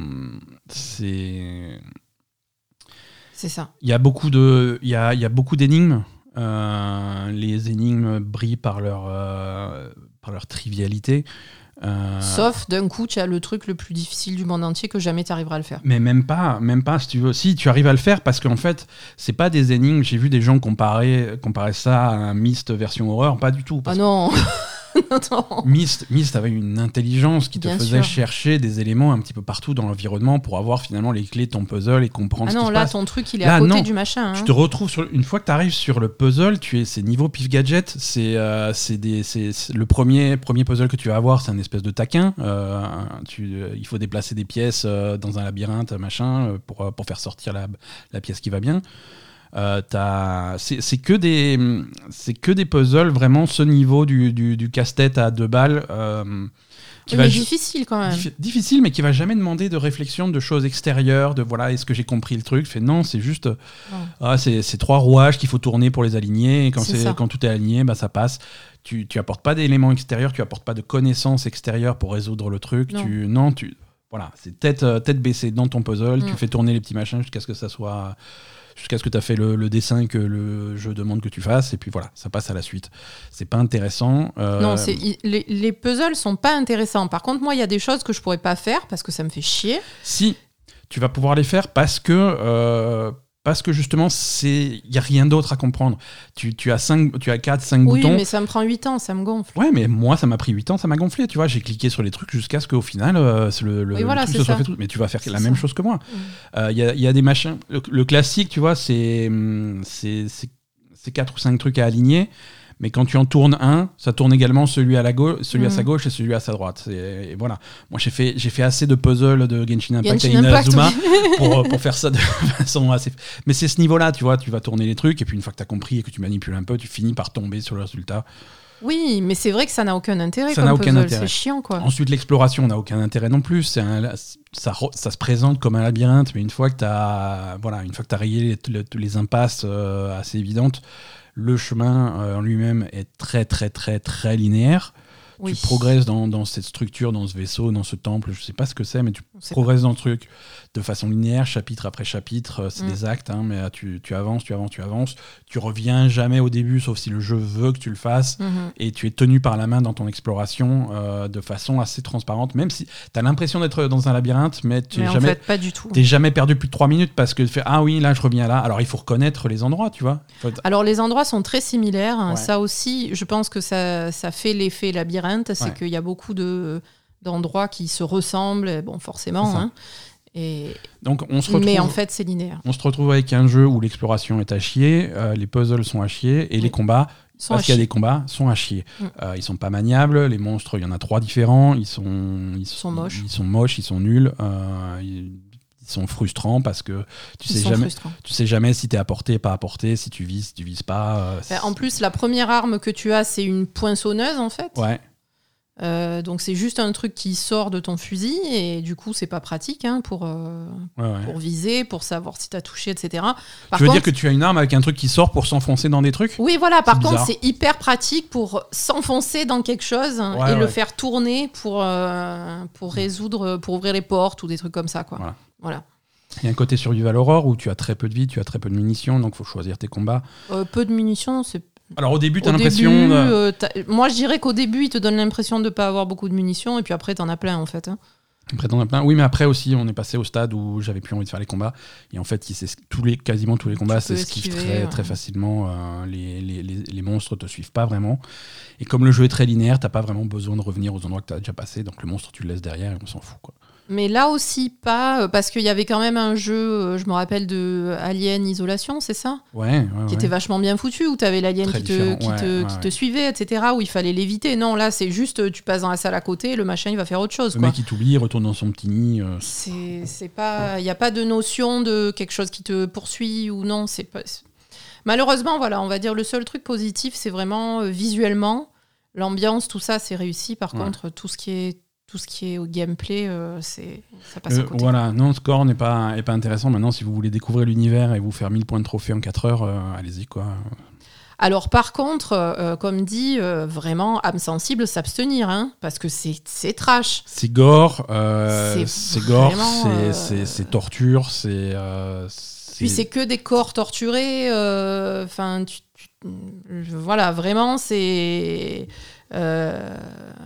c'est... C'est ça. Il y a beaucoup de, il y a, il y a beaucoup d'énigmes. Euh, les énigmes brillent par leur, euh, par leur trivialité. Euh... Sauf d'un coup, tu as le truc le plus difficile du monde entier que jamais tu arriveras à le faire. Mais même pas, même pas si tu veux. Si, tu arrives à le faire parce qu'en fait, c'est pas des énigmes. J'ai vu des gens comparer, comparer ça à un Myst version horreur. Pas du tout. Ah non Myst, Myst avait une intelligence qui te Bien faisait sûr. chercher des éléments un petit peu partout dans l'environnement pour avoir finalement les clés de ton puzzle et comprendre ah ce non, qui se là, passe. ton truc, il est là, à côté non. du machin. Hein. Tu te retrouves sur, une fois que tu arrives sur le puzzle, tu es, c'est niveau pif gadget. C'est, euh, c'est des, c'est, c'est le premier, premier puzzle que tu vas avoir, c'est un espèce de taquin. Euh, tu, euh, il faut déplacer des pièces euh, dans un labyrinthe, machin, euh, pour, pour faire sortir la, la pièce qui va bien. Euh, t'as... C'est, c'est, que des, c'est que des puzzles, vraiment ce niveau du, du, du casse-tête à deux balles. Euh, Qui oui, va mais ju- difficile quand même. Dif- difficile, mais qui va jamais demander de réflexion, de choses extérieures, de voilà, est-ce que j'ai compris le truc. Fait non, c'est juste, oh. ah, c'est, c'est trois rouages qu'il faut tourner pour les aligner. Et quand, c'est c'est, quand tout est aligné, bah, ça passe. Tu, tu apportes pas d'éléments extérieurs, tu apportes pas de connaissances extérieures pour résoudre le truc. Non, tu, non, tu, voilà, c'est tête, euh, tête baissée dans ton puzzle. Mm. Tu fais tourner les petits machins jusqu'à ce que ça soit. Jusqu'à ce que tu as fait le, le dessin que le jeu demande que tu fasses, et puis voilà, ça passe à la suite. C'est pas intéressant. Euh... Non, c'est, y, les, les puzzles sont pas intéressants. Par contre, moi, il y a des choses que je pourrais pas faire parce que ça me fait chier. Si, tu vas pouvoir les faire parce que, euh, parce que justement, il n'y a rien d'autre à comprendre. Tu, tu as cinq, tu as quatre, cinq oui, boutons. Oui, mais ça me prend huit ans, ça me gonfle. Ouais, mais moi, ça m'a pris huit ans, ça m'a gonflé. Tu vois, j'ai cliqué sur les trucs jusqu'à ce qu'au final, euh, le, le, oui, voilà, le truc se soit fait tout. Mais tu vas faire c'est la ça. même chose que moi. Il mmh. euh, y, a, y a des machins. Le, le classique, tu vois, c'est, c'est, c'est, c'est quatre ou cinq trucs à aligner. Mais quand tu en tournes un, ça tourne également celui à la gauche, celui mmh. à sa gauche et celui à sa droite. Et, et voilà. Moi, j'ai fait, j'ai fait assez de puzzles de Genshin Impact Genshin et Inazuma Impact, oui. pour, pour faire ça de façon assez. Mais c'est ce niveau-là, tu vois. Tu vas tourner les trucs et puis une fois que tu as compris et que tu manipules un peu, tu finis par tomber sur le résultat. Oui, mais c'est vrai que ça n'a aucun intérêt. Ça comme n'a aucun puzzle. intérêt. C'est chiant, quoi. Ensuite, l'exploration n'a aucun intérêt non plus. C'est un, ça, ça se présente comme un labyrinthe, mais une fois que tu as, voilà, une fois que tu as rayé les, les, les impasses euh, assez évidentes. Le chemin euh, en lui-même est très, très, très, très linéaire. Oui. Tu progresses dans, dans cette structure, dans ce vaisseau, dans ce temple. Je ne sais pas ce que c'est, mais tu progresses pas. dans le truc de façon linéaire, chapitre après chapitre. C'est mm. des actes, hein, mais tu, tu avances, tu avances, tu avances. Tu reviens jamais au début, sauf si le jeu veut que tu le fasses. Mm-hmm. Et tu es tenu par la main dans ton exploration euh, de façon assez transparente, même si tu as l'impression d'être dans un labyrinthe, mais tu n'es jamais, en fait, pas du tout. T'es jamais perdu plus de trois minutes parce que tu fais « Ah oui, là, je reviens là ». Alors, il faut reconnaître les endroits, tu vois. Faut... Alors, les endroits sont très similaires. Ouais. Ça aussi, je pense que ça, ça fait l'effet labyrinthe. C'est ouais. qu'il y a beaucoup de, d'endroits qui se ressemblent, bon, forcément. Hein. Et... Donc, on se retrouve, mais en fait, c'est linéaire. On se retrouve avec un jeu où l'exploration est à chier, euh, les puzzles sont à chier, et oui. les combats, sont parce qu'il y a des combats, sont à chier. Mm. Euh, ils sont pas maniables, les monstres, il y en a trois différents, ils sont, ils sont, sont moches. Ils sont moches, ils sont nuls, euh, ils, ils sont frustrants parce que tu sais jamais, tu sais jamais si t'es à portée, pas à portée, si tu vises, si tu vises pas. Euh, ben, en plus, la première arme que tu as, c'est une poinçonneuse, en fait. Ouais. Euh, donc c'est juste un truc qui sort de ton fusil et du coup c'est pas pratique hein, pour, euh, ouais, ouais. pour viser, pour savoir si t'as touché, et cetera. Par tu veux contre, dire que tu as une arme avec un truc qui sort pour s'enfoncer dans des trucs ? Oui voilà, par c'est contre c'est hyper pratique pour s'enfoncer dans quelque chose ouais, et ouais. le faire tourner pour, euh, pour résoudre, pour ouvrir les portes ou des trucs comme ça quoi. Voilà. voilà. Il y a un côté survival horror où tu as très peu de vie, tu as très peu de munitions, donc il faut choisir tes combats. Euh, peu de munitions, c'est Alors au début, tu as au l'impression... Début, de... euh, moi, je dirais qu'au début, il te donne l'impression de ne pas avoir beaucoup de munitions, et puis après, tu en as plein, en fait. Hein. Après, t'en as plein. Oui, mais après aussi, on est passé au stade où j'avais plus envie de faire les combats. Et en fait, c'est tous les, quasiment tous les combats s'esquivent très, ouais. très facilement. Euh, les, les, les, les monstres te suivent pas vraiment. Et comme le jeu est très linéaire, t'as pas vraiment besoin de revenir aux endroits que tu as déjà passé. Donc le monstre, tu le laisses derrière et on s'en fout, quoi. Mais là aussi pas, parce qu'il y avait quand même un jeu, je me rappelle de Alien Isolation, c'est ça ? Ouais, ouais, Qui était ouais. vachement bien foutu, où tu avais l'alien qui, te, qui, ouais, te, ouais, qui ouais. te suivait, et cetera, où il fallait l'éviter. Non, là, c'est juste, tu passes dans la salle à côté, le machin, il va faire autre chose. Le quoi. mec, il t'oublie, il retourne dans son petit nid. Euh... C'est, c'est pas... Il n'y a pas de notion de quelque chose qui te poursuit ou non. C'est pas... Malheureusement, voilà, on va dire le seul truc positif, c'est vraiment euh, visuellement, l'ambiance, tout ça, c'est réussi. Par ouais. contre, tout ce qui est tout ce qui est au gameplay, euh, c'est, ça passe euh, à côté. Voilà, non, le score n'est pas, est pas intéressant. Maintenant, si vous voulez découvrir l'univers et vous faire mille points de trophée en quatre heures, euh, allez-y, quoi. Alors, par contre, euh, comme dit, euh, vraiment, âme sensible, s'abstenir, hein, parce que c'est, c'est trash. C'est gore, euh, c'est, c'est gore, c'est, euh... c'est, c'est torture, c'est, euh, c'est... Puis c'est que des corps torturés, enfin, euh, tu, tu, voilà, vraiment, c'est... Euh...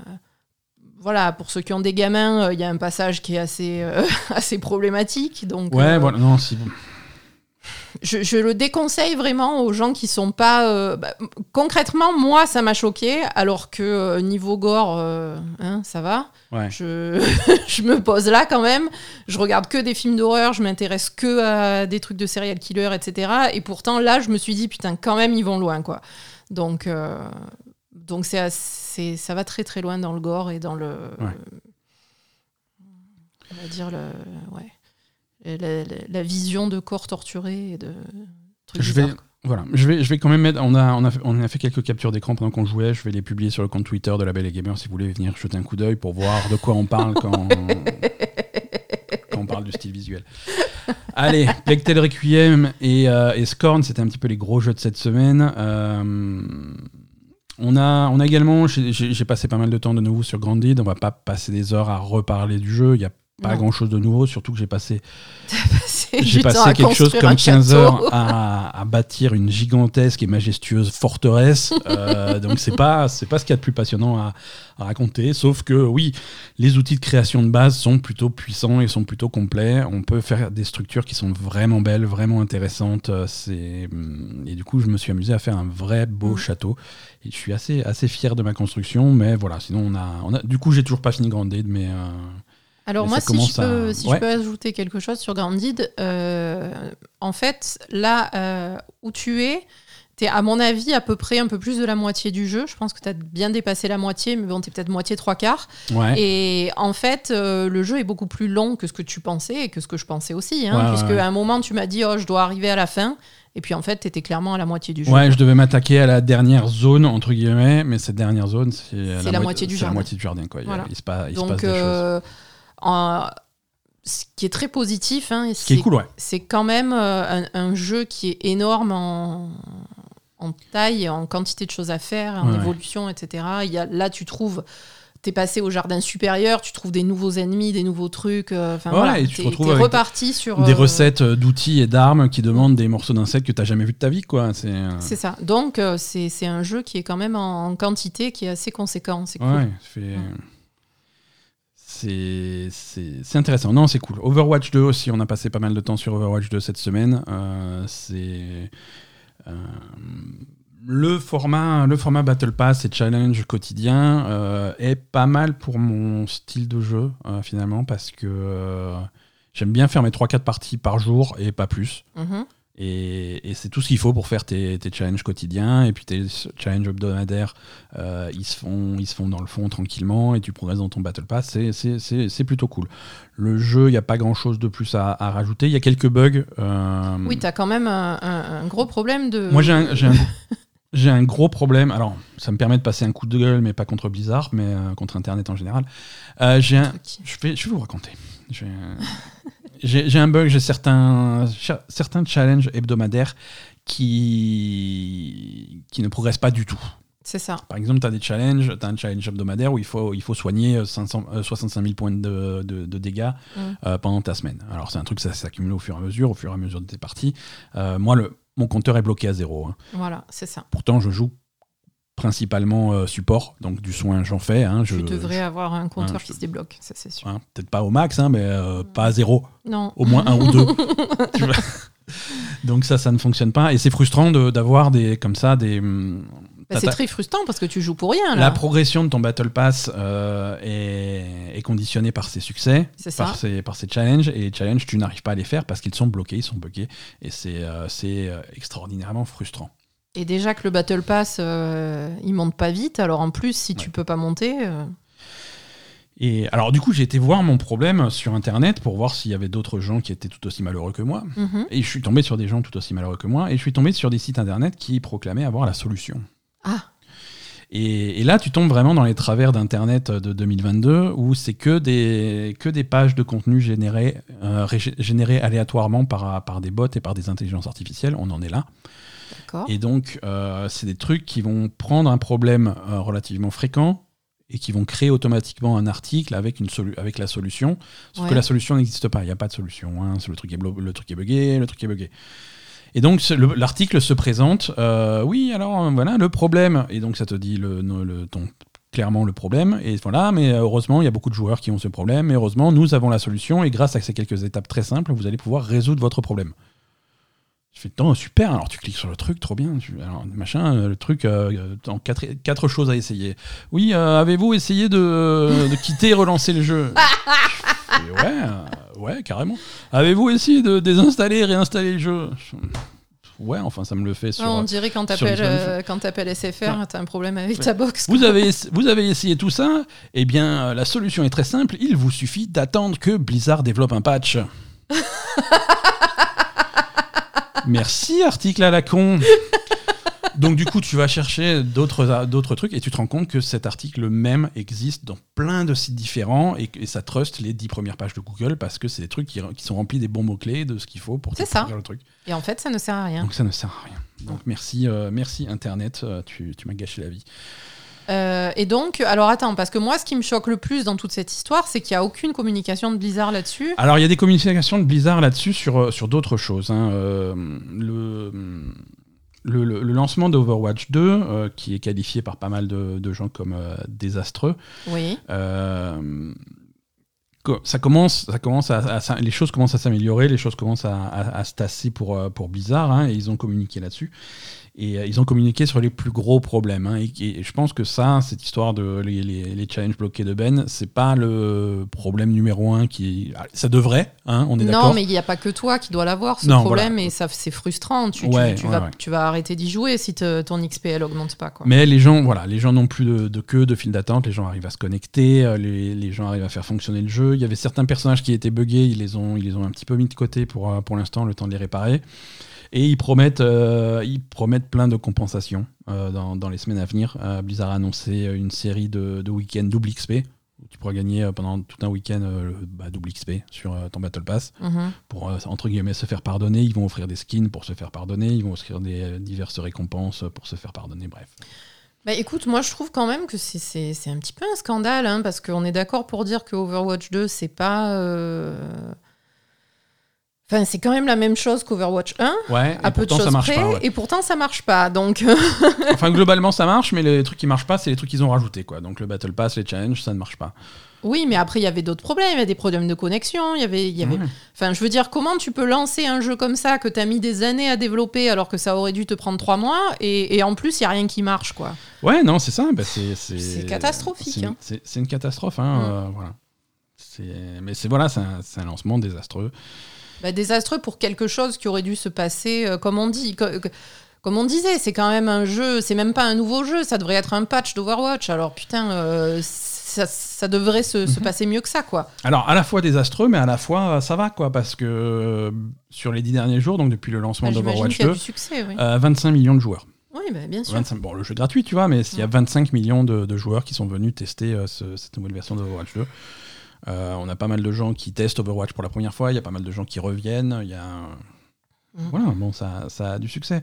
Voilà, pour ceux qui ont des gamins, il euh, y a un passage qui est assez, euh, assez problématique. Donc, ouais, euh, voilà, non, si bon. Je, je le déconseille vraiment aux gens qui sont pas... Euh, bah, concrètement, moi, ça m'a choqué, alors que euh, niveau gore, euh, hein, ça va. Ouais. Je, je me pose là quand même. Je regarde que des films d'horreur, je m'intéresse que à des trucs de serial killer, et cetera. Et pourtant, là, je me suis dit, putain, quand même, ils vont loin, quoi. Donc... Euh, Donc c'est, assez, ça va très très loin dans le gore et dans le, ouais. on va dire le, ouais, la, la, la vision de corps torturés et de trucs je bizarres. vais, Voilà, je vais, je vais quand même mettre. On a, on, a fait, on a fait quelques captures d'écran pendant qu'on jouait. Je vais les publier sur le compte Twitter de La Belle et Gamer si vous voulez venir jeter un coup d'œil pour voir de quoi on parle quand, quand on parle du style visuel. Allez, Plague Tale Requiem et, euh, et Scorn, c'était un petit peu les gros jeux de cette semaine. Euh, on, a, on a également. J'ai, j'ai passé pas mal de temps de nouveau sur Grounded. On va pas passer des heures à reparler du jeu. Il y a pas non. grand chose de nouveau, surtout que j'ai passé, j'ai passé quelque chose comme quinze heures à, à bâtir une gigantesque et majestueuse forteresse. Euh, donc c'est pas, c'est pas ce qu'il y a de plus passionnant à, à raconter, sauf que oui, les outils de création de base sont plutôt puissants et sont plutôt complets. On peut faire des structures qui sont vraiment belles, vraiment intéressantes. C'est... Et du coup, je me suis amusé à faire un vrai beau mmh. château. Et je suis assez, assez fier de ma construction, mais voilà, sinon on a, on a... Du coup, j'ai toujours pas fini Grounded, mais... Euh... Alors moi, si, je peux, à... si ouais. je peux ajouter quelque chose sur Grounded, euh, en fait, là euh, où tu es, tu es à mon avis à peu près un peu plus de la moitié du jeu. Je pense que tu as bien dépassé la moitié, mais bon, tu es peut-être moitié trois quarts. Ouais. Et en fait, euh, le jeu est beaucoup plus long que ce que tu pensais et que ce que je pensais aussi. Hein, ouais, puisque ouais. à un moment, tu m'as dit, oh, je dois arriver à la fin. Et puis en fait, tu étais clairement à la moitié du jeu. Ouais, je devais m'attaquer à la dernière zone, entre guillemets, mais cette dernière zone, c'est, c'est la, la mo- moitié du c'est jardin. la moitié du jardin. Quoi. Voilà. Il, il, se passe, il Donc, se passe des euh, choses. En, ce qui est très positif, hein, ce qui est cool, ouais. c'est quand même euh, un, un jeu qui est énorme en, en taille, en quantité de choses à faire, en ouais, évolution, ouais. et cetera. Il y a, là, tu trouves, t'es passé au jardin supérieur, tu trouves des nouveaux ennemis, des nouveaux trucs. Euh, ouais, voilà, et tu t'es, te retrouves t'es avec reparti sur des euh, recettes d'outils et d'armes qui demandent des morceaux d'insectes que t'as jamais vu de ta vie, quoi. C'est, euh... c'est ça. Donc, euh, c'est, c'est un jeu qui est quand même en, en quantité, qui est assez conséquent. C'est cool. Ouais, fait... ouais. C'est, c'est, c'est intéressant. Non, c'est cool. Overwatch deux aussi, on a passé pas mal de temps sur Overwatch deux cette semaine. Euh, c'est euh, le format, le format Battle Pass et Challenge quotidien euh, est pas mal pour mon style de jeu euh, finalement parce que euh, j'aime bien faire mes trois quatre parties par jour et pas plus. Mm-hmm. Et, et c'est tout ce qu'il faut pour faire tes, tes challenges quotidiens et puis tes challenges hebdomadaires euh, ils, se font, ils se font dans le fond tranquillement et tu progresses dans ton Battle Pass, c'est, c'est, c'est, c'est plutôt cool. Le jeu, il n'y a pas grand chose de plus à, à rajouter, il y a quelques bugs. Euh... Oui, tu as quand même un, un, un gros problème de... Moi j'ai un, j'ai, un, j'ai un gros problème, alors ça me permet de passer un coup de gueule mais pas contre Blizzard, mais euh, contre Internet en général. Euh, j'ai un... je, vais, je vais vous raconter. J'ai un... J'ai, j'ai un bug, j'ai certains, cha- certains challenges hebdomadaires qui, qui ne progressent pas du tout. C'est ça. Par exemple, tu as des challenges, tu as un challenge hebdomadaire où il faut, il faut soigner cinq cents, euh, soixante-cinq mille points de, de, de dégâts mm. euh, pendant ta semaine. Alors, c'est un truc, ça s'accumule au fur et à mesure, au fur et à mesure de tes parties. Euh, moi, le, mon compteur est bloqué à zéro. Hein. Voilà, c'est ça. Pourtant, je joue principalement euh, support, donc du soin j'en fais. Hein, je, tu devrais je, avoir un compteur hein, qui je, se débloque, ça c'est sûr. Hein, peut-être pas au max, hein, mais euh, pas à zéro. Non. Au moins un ou deux. Tu vois. Donc ça, ça ne fonctionne pas. Et c'est frustrant de, d'avoir des, comme ça des... Bah, c'est très frustrant parce que tu joues pour rien. Là. La progression de ton Battle Pass euh, est, est conditionnée par ses succès, par ses, par ses challenges. Et les challenges, tu n'arrives pas à les faire parce qu'ils sont bloqués, ils sont buggés. Et c'est, euh, c'est extraordinairement frustrant. Et déjà que le Battle Pass, euh, il monte pas vite. Alors en plus, si ouais. tu peux pas monter... Euh... Et alors du coup, j'ai été voir mon problème sur Internet pour voir s'il y avait d'autres gens qui étaient tout aussi malheureux que moi. Mm-hmm. Et je suis tombé sur des gens tout aussi malheureux que moi. Et je suis tombé sur des sites Internet qui proclamaient avoir la solution. Ah. Et, et là, tu tombes vraiment dans les travers d'Internet de deux mille vingt-deux où c'est que des, que des pages de contenu générées, euh, ré- générées aléatoirement par, par des bots et par des intelligences artificielles. On en est là. D'accord. Et donc, euh, c'est des trucs qui vont prendre un problème euh, relativement fréquent et qui vont créer automatiquement un article avec, une solu- avec la solution. Sauf ouais. que la solution n'existe pas. Il n'y a pas de solution. Hein. C'est le, truc est blo- le truc est buggé, le truc est buggé. Et donc, le, l'article se présente. Euh, oui, alors, voilà, le problème. Et donc, ça te dit le, le, le, ton, clairement le problème. Et voilà, mais heureusement, il y a beaucoup de joueurs qui ont ce problème. Mais heureusement, nous avons la solution. Et grâce à ces quelques étapes très simples, vous allez pouvoir résoudre votre problème. Je fais, oh, super, alors tu cliques sur le truc, trop bien. Tu, alors, machin, le truc, euh, en quatre, quatre choses à essayer. Oui, euh, avez-vous essayé de, de quitter et relancer le jeu? Et ouais, euh, ouais, carrément. Avez-vous essayé de désinstaller et réinstaller le jeu? Ouais, enfin, ça me le fait sur... Non, on dirait quand t'appelles, euh, quand t'appelles S F R, ouais. T'as un problème avec ouais. ta box. Vous avez, vous avez essayé tout ça? Eh bien, la solution est très simple. Il vous suffit d'attendre que Blizzard développe un patch. Merci, article à la con. Donc du coup, tu vas chercher d'autres, d'autres trucs et tu te rends compte que cet article même existe dans plein de sites différents et, et ça trust les dix premières pages de Google parce que c'est des trucs qui, qui sont remplis des bons mots-clés, de ce qu'il faut pour c'est ça. le truc. Et en fait, ça ne sert à rien. Donc ça ne sert à rien. Donc merci, euh, merci Internet, euh, tu, tu m'as gâché la vie. Euh, et donc, alors attends, parce que moi, ce qui me choque le plus dans toute cette histoire, c'est qu'il n'y a aucune communication de Blizzard là-dessus. Alors, il y a des communications de Blizzard là-dessus sur, sur d'autres choses. Hein. Euh, le, le, le, le lancement d'Overwatch deux, euh, qui est qualifié par pas mal de, de gens comme euh, désastreux, oui. euh, ça commence, ça commence à, à, les choses commencent à s'améliorer, les choses commencent à, à, à se tasser pour, pour Blizzard, hein, et ils ont communiqué là-dessus. Et euh, ils ont communiqué sur les plus gros problèmes. Hein, et, et je pense que ça, cette histoire de les, les, les challenges bloqués de Ben, c'est pas le problème numéro un qui. Ça devrait, hein, on est non, d'accord. Non, mais il n'y a pas que toi qui dois l'avoir, ce non, problème, voilà. Et ça, c'est frustrant. Tu, ouais, tu, tu, ouais, vas, ouais. tu vas arrêter d'y jouer si te, ton X P elle augmente pas. Quoi. Mais les gens, voilà, les gens n'ont plus de, de queue, de file d'attente, les gens arrivent à se connecter, les, les gens arrivent à faire fonctionner le jeu. Il y avait certains personnages qui étaient buggés, ils les ont, ils les ont un petit peu mis de côté pour, pour l'instant, le temps de les réparer. Et ils promettent, euh, ils promettent plein de compensations euh, dans, dans les semaines à venir. Euh, Blizzard a annoncé une série de, de week-ends double X P, où tu pourras gagner euh, pendant tout un week-end euh, bah, double X P sur euh, ton Battle Pass, mm-hmm. pour, euh, entre guillemets, se faire pardonner. Ils vont offrir des skins pour se faire pardonner, ils vont offrir des euh, diverses récompenses pour se faire pardonner, bref. Bah écoute, moi je trouve quand même que c'est, c'est, c'est un petit peu un scandale, hein, parce qu'on est d'accord pour dire que Overwatch deux, c'est pas... Euh... Enfin, c'est quand même la même chose qu'Overwatch un, ouais, à peu de choses ça marche près, pas, ouais. Et pourtant ça marche pas. Donc... enfin, globalement ça marche, mais les trucs qui marchent pas, c'est les trucs qu'ils ont rajoutés, quoi. Donc le Battle Pass, les challenges, ça ne marche pas. Oui, mais après il y avait d'autres problèmes, il y avait des problèmes de connexion, il y avait, il y avait... Ouais. Enfin, je veux dire, comment tu peux lancer un jeu comme ça que tu as mis des années à développer alors que ça aurait dû te prendre trois mois et, et en plus il y a rien qui marche, quoi. Ouais, non, c'est ça. Bah, c'est, c'est... c'est catastrophique. C'est, hein. c'est, c'est une catastrophe, hein. Mm. Euh, voilà. C'est... Mais c'est voilà, c'est un, c'est un lancement désastreux. Bah, désastreux pour quelque chose qui aurait dû se passer, euh, comme on dit, co- comme on disait, c'est quand même un jeu, c'est même pas un nouveau jeu, ça devrait être un patch d'Overwatch. Alors putain, euh, ça, ça devrait se, mm-hmm. se passer mieux que ça, quoi. Alors à la fois désastreux, mais à la fois ça va, quoi, parce que euh, sur les dix derniers jours, donc depuis le lancement bah, d'Overwatch deux, du succès, oui. euh, vingt-cinq millions de joueurs. Oui, bah, bien sûr. vingt-cinq, bon, le jeu est gratuit, tu vois, mais il y a vingt-cinq millions de, de joueurs qui sont venus tester euh, ce, cette nouvelle version d'Overwatch deux. Euh, on a pas mal de gens qui testent Overwatch pour la première fois, il y a pas mal de gens qui reviennent, il y a mmh. voilà, bon, ça, ça a du succès.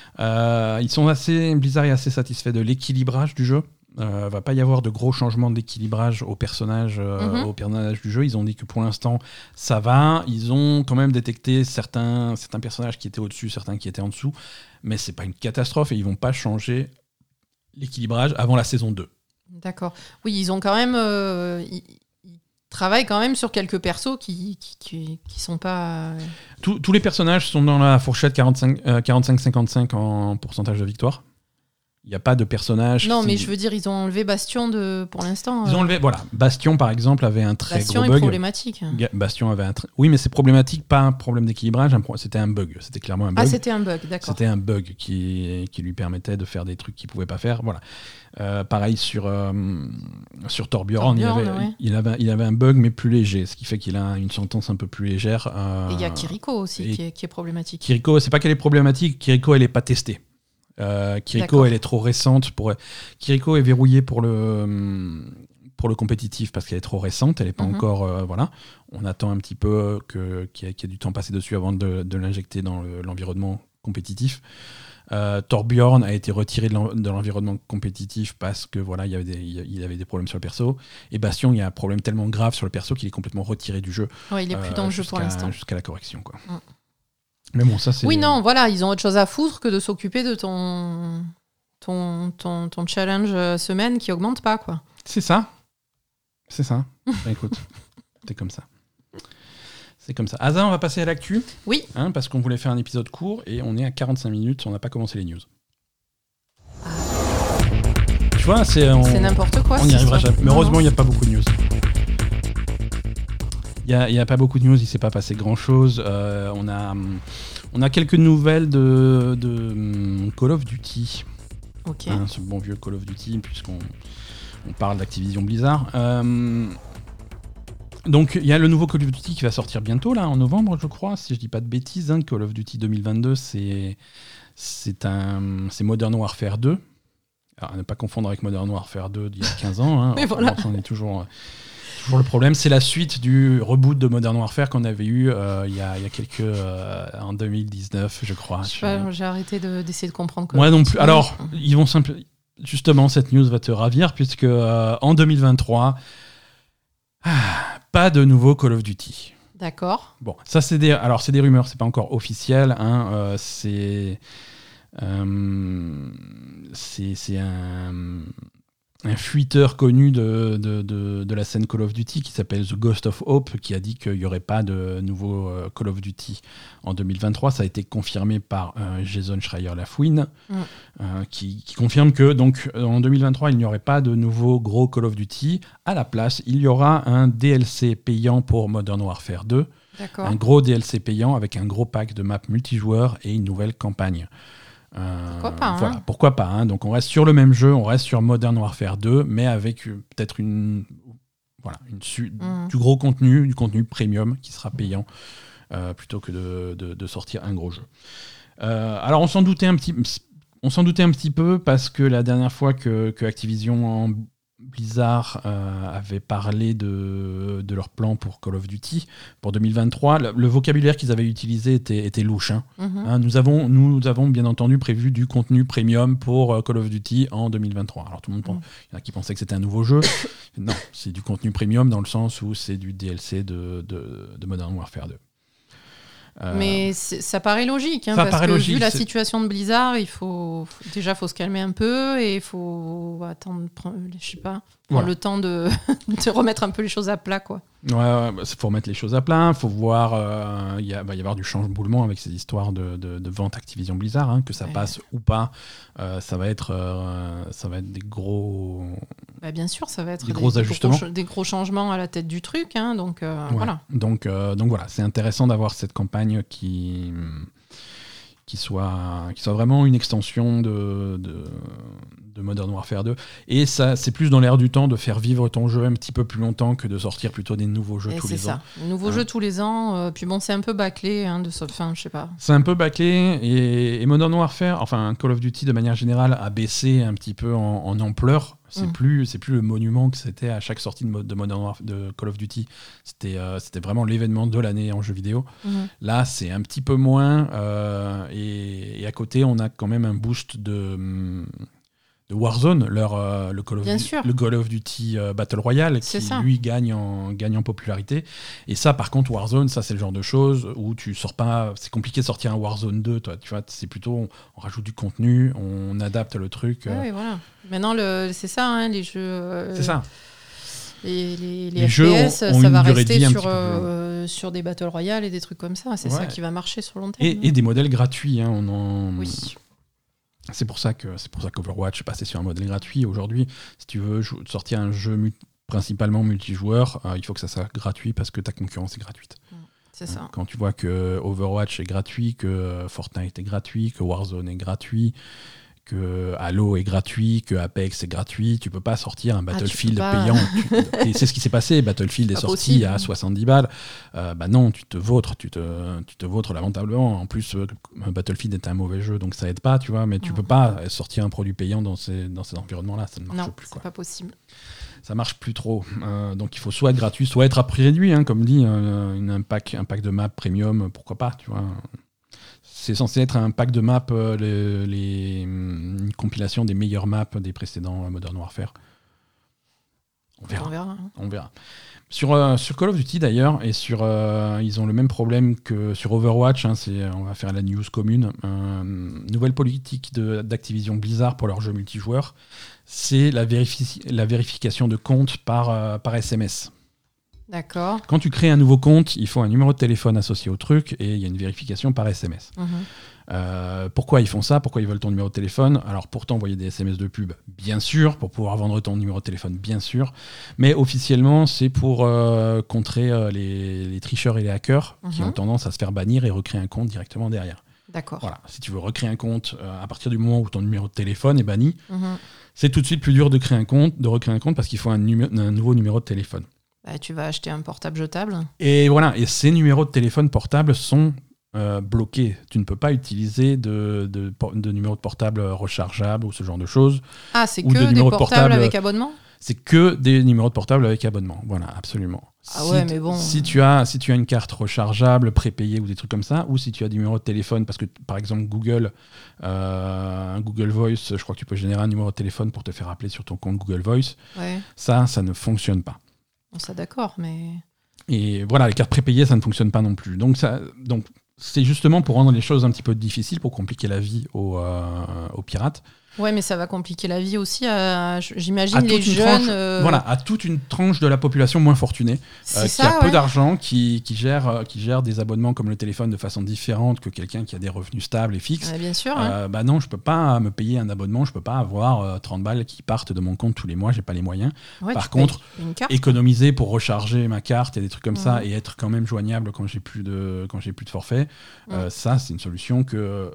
Euh, ils sont assez, Blizzard est assez satisfait de l'équilibrage du jeu. Il euh, va pas y avoir de gros changements d'équilibrage aux personnages, euh, mmh. aux personnages du jeu. Ils ont dit que pour l'instant ça va. Ils ont quand même détecté certains, certains personnages qui étaient au-dessus, certains qui étaient en dessous, mais c'est pas une catastrophe et ils vont pas changer l'équilibrage avant la saison deux. D'accord. Oui, ils ont quand même. Euh, ils... travaille quand même sur quelques persos qui qui, qui, qui sont pas... Tous, tous les personnages sont dans la fourchette quarante-cinq cinquante-cinq en pourcentage de victoire. Il n'y a pas de personnage... Non, qui... mais je veux dire, ils ont enlevé Bastion de, pour l'instant. Ils ont enlevé... Voilà. Bastion, par exemple, avait un très Bastion gros bug. Bastion est problématique. Bastion avait un très... Oui, mais c'est problématique, pas un problème d'équilibrage. Un pro... C'était un bug. C'était clairement un bug. Ah, c'était un bug, d'accord. C'était un bug qui, qui lui permettait de faire des trucs qu'il ne pouvait pas faire. Voilà. Euh, pareil sur, euh, sur Torbjorn, il, avait, ouais. il, avait, il avait un bug, mais plus léger, ce qui fait qu'il a une sentence un peu plus légère. Euh... Et il y a Kiriko aussi qui est, qui est problématique. Kiriko, c'est pas qu'elle est problématique, Kiriko, elle n'est pas testée. Euh, Kiriko, D'accord. elle est trop récente. Pour... Kiriko est verrouillée pour le, pour le compétitif parce qu'elle est trop récente. Elle n'est pas mm-hmm. encore. Euh, voilà. On attend un petit peu que, qu'il, y ait, qu'il y ait du temps passé dessus avant de, de l'injecter dans le, l'environnement compétitif. Euh, Torbjorn a été retiré de, l'en, de l'environnement compétitif parce que voilà, il y avait des, il y avait des problèmes sur le perso. Et Bastion, il y a un problème tellement grave sur le perso qu'il est complètement retiré du jeu. Ouais, il est plus euh, dans le jeu pour l'instant. Jusqu'à la correction, quoi. Mm. Mais bon, ça c'est. Oui, non, voilà, ils ont autre chose à foutre que de s'occuper de ton, ton, ton, ton challenge semaine qui augmente pas, quoi. C'est ça. C'est ça. Bah, écoute, c'est comme ça. C'est comme ça. Asa, on va passer à l'actu. Oui. Hein, parce qu'on voulait faire un épisode court et on est à quarante-cinq minutes, on n'a pas commencé les news. Ah. Tu vois, c'est. On, c'est n'importe quoi. On n'y arrivera jamais. Mais heureusement, il n'y a pas beaucoup de news. Il n'y a, a pas beaucoup de news, il ne s'est pas passé grand-chose. Euh, on, a, on a quelques nouvelles de, de Call of Duty. Ok. Hein, ce bon vieux Call of Duty, puisqu'on on parle d'Activision Blizzard. Euh, Donc il y a le nouveau Call of Duty qui va sortir bientôt, là, en novembre, je crois, si je dis pas de bêtises. Hein. Call of Duty deux mille vingt-deux, c'est, c'est, un, c'est Modern Warfare deux. Alors, à ne pas confondre avec Modern Warfare deux d'il y a quinze ans. Hein. Mais enfin, voilà. on est toujours, toujours le problème. C'est la suite du reboot de Modern Warfare qu'on avait eu euh, il, y a, il y a quelques... Euh, en deux mille dix-neuf, je crois. Je sais pas, j'ai arrêté de, d'essayer de comprendre. Moi non plus. Alors, ils vont simple... Justement, cette news va te ravir, puisque euh, en deux mille vingt-trois... Ah, pas de nouveau Call of Duty. D'accord. Bon, ça c'est des, alors c'est des rumeurs, c'est pas encore officiel. Hein, euh, c'est, euh, c'est, c'est un, un fuiteur connu de, de, de, de la scène Call of Duty qui s'appelle The Ghost of Hope, qui a dit qu'il n'y aurait pas de nouveau euh, Call of Duty en deux mille vingt-trois. Ça a été confirmé par euh, Jason Schreier-Lafouine, mm. euh, qui, qui confirme que donc en deux mille vingt-trois, il n'y aurait pas de nouveau gros Call of Duty. À la place, il y aura un D L C payant pour Modern Warfare deux. D'accord. Un gros D L C payant avec un gros pack de maps multijoueurs et une nouvelle campagne. Euh, pourquoi pas, hein. Voilà, pourquoi pas hein. Donc on reste sur le même jeu, on reste sur Modern Warfare deux, mais avec euh, peut-être une, voilà, une su- mmh. du gros contenu, du contenu premium qui sera payant euh, plutôt que de, de, de sortir un gros jeu. Euh, alors on s'en doutait un petit, on s'en doutait un petit peu parce que la dernière fois que, que Activision en Blizzard euh, avait parlé de, de leur plan pour Call of Duty pour deux mille vingt-trois. Le, le vocabulaire qu'ils avaient utilisé était, était louche. Hein. Mm-hmm. Hein, nous, avons, nous avons bien entendu prévu du contenu premium pour euh, Call of Duty en deux mille vingt-trois. Alors tout le monde pense, mm. il y en a qui pensaient que c'était un nouveau jeu. Non, c'est du contenu premium dans le sens où c'est du D L C de, de, de Modern Warfare deux. Euh, Mais ça paraît logique, hein, ça parce paraît que logique, vu la c'est... situation de Blizzard, il faut déjà faut se calmer un peu et il faut attendre, je sais pas, prendre voilà. le temps de, de remettre un peu les choses à plat, quoi. Ouais, ouais bah, faut remettre les choses à plat, faut voir, il euh, va y avoir du chamboulement avec ces histoires de, de, de vente Activision Blizzard, hein, que ça ouais. passe ou pas, euh, ça va être, euh, ça va être des gros. Bah bien sûr, ça va être des, des gros ajustements, gros, des gros changements à la tête du truc, hein, donc euh, ouais. voilà. Donc, euh, donc voilà, c'est intéressant d'avoir cette campagne qui. Qui soit, qui soit vraiment une extension de, de, de Modern Warfare deux. Et ça, c'est plus dans l'air du temps de faire vivre ton jeu un petit peu plus longtemps que de sortir plutôt des nouveaux jeux et tous les ça. ans. C'est ça, nouveaux hein. jeux tous les ans. Euh, puis bon, c'est un peu bâclé, hein, de fin, je sais pas. C'est un peu bâclé. Et, et Modern Warfare, enfin Call of Duty de manière générale, a baissé un petit peu en, en ampleur. C'est, mmh. plus, c'est plus le monument que c'était à chaque sortie de, de Modern Warfare, de Call of Duty. C'était, euh, c'était vraiment l'événement de l'année en jeu vidéo. Mmh. Là, c'est un petit peu moins. Euh, et, et à côté, on a quand même un boost de, de Warzone, leur, euh, le, Call of du, le Call of Duty euh, Battle Royale, c'est qui ça. lui gagne en, gagne en popularité. Et ça, par contre, Warzone, ça c'est le genre de choses où tu sors pas. C'est compliqué de sortir un Warzone deux, toi. Tu vois, c'est plutôt on, on rajoute du contenu, on adapte le truc. Oui, euh. voilà. Maintenant, le, c'est ça, hein, les jeux. Euh, c'est ça. Les, les, les, les F P S, ont, ont ça va rester sur, euh, sur des Battle Royale et des trucs comme ça. C'est ouais. ça qui va marcher sur long terme. Et, et des modèles gratuits. Hein, on en... Oui. C'est pour ça que c'est pour ça qu'Overwatch est passé sur un modèle gratuit. Aujourd'hui, si tu veux sortir un jeu mu- principalement multijoueur, euh, il faut que ça soit gratuit parce que ta concurrence est gratuite. C'est ça. Quand tu vois que Overwatch est gratuit, que Fortnite est gratuit, que Warzone est gratuit, que Halo est gratuit, que Apex est gratuit, tu peux pas sortir un Battlefield ah, pas... payant. tu... Et c'est ce qui s'est passé. Battlefield est sorti possible. à soixante-dix balles. Euh, bah non, tu te vautres, tu te, tu te vautres lamentablement. En plus, euh, Battlefield est un mauvais jeu, donc ça aide pas, tu vois. Mais tu mmh. peux pas sortir un produit payant dans ces, dans ces environnements-là. Ça ne marche non, plus. C'est quoi. pas possible. Ça marche plus trop. Euh, donc il faut soit être gratuit, soit être à prix réduit, hein, comme dit, euh, une, un, pack, un pack de maps premium, pourquoi pas, tu vois. C'est censé être un pack de maps, euh, les, les, une compilation des meilleures maps des précédents euh, Modern Warfare. On verra. On verra. Hein. On verra. Sur, euh, sur Call of Duty d'ailleurs, et sur, euh, ils ont le même problème que sur Overwatch, hein, c'est, on va faire la news commune, euh, nouvelle politique de, d'Activision Blizzard pour leurs jeux multijoueurs, c'est la, vérifi- la vérification de compte par, euh, par S M S. D'accord. Quand tu crées un nouveau compte, il faut un numéro de téléphone associé au truc et il y a une vérification par S M S. Mmh. Euh, pourquoi ils font ça ? Pourquoi ils veulent ton numéro de téléphone ? Alors pour t'envoyer des S M S de pub, bien sûr, pour pouvoir vendre ton numéro de téléphone, bien sûr, mais officiellement c'est pour euh, contrer euh, les, les tricheurs et les hackers mmh. qui ont tendance à se faire bannir et recréer un compte directement derrière. D'accord. Voilà. Si tu veux recréer un compte euh, à partir du moment où ton numéro de téléphone est banni, mmh. c'est tout de suite plus dur de créer un compte, de recréer un compte parce qu'il faut un, numé- un nouveau numéro de téléphone. Bah, tu vas acheter un portable jetable. Et voilà, et ces numéros de téléphone portable sont euh, bloqués. Tu ne peux pas utiliser de, de, de numéros de portable rechargeables ou ce genre de choses. Ah, c'est ou que de des portables portable, avec abonnement ? C'est que des numéros de portable avec abonnement. Voilà, absolument. Ah si ouais, mais bon. Si tu, as, si tu as une carte rechargeable, prépayée ou des trucs comme ça, ou si tu as des numéros de téléphone, parce que par exemple Google, euh, Google Voice, je crois que tu peux générer un numéro de téléphone pour te faire appeler sur ton compte Google Voice. Ouais. Ça, ça ne fonctionne pas. Bon, ça d'accord, mais... Et voilà, les cartes prépayées, ça ne fonctionne pas non plus. Donc, ça, donc c'est justement pour rendre les choses un petit peu difficiles, pour compliquer la vie aux, euh, aux pirates. Ouais, mais ça va compliquer la vie aussi à, j'imagine, à les jeunes... Tranche, euh... Voilà, à toute une tranche de la population moins fortunée, euh, qui ça, a ouais. peu d'argent, qui, qui, gère, euh, qui gère des abonnements comme le téléphone de façon différente que quelqu'un qui a des revenus stables et fixes. Ouais, bien sûr. Euh, ouais. Bah non, je peux pas me payer un abonnement, je peux pas avoir euh, trente balles qui partent de mon compte tous les mois, j'ai pas les moyens. Ouais, Par contre, une carte. économiser pour recharger ma carte et des trucs comme mmh. ça, et être quand même joignable quand j'ai plus de, quand j'ai plus de forfait, mmh. euh, ça, c'est une solution que...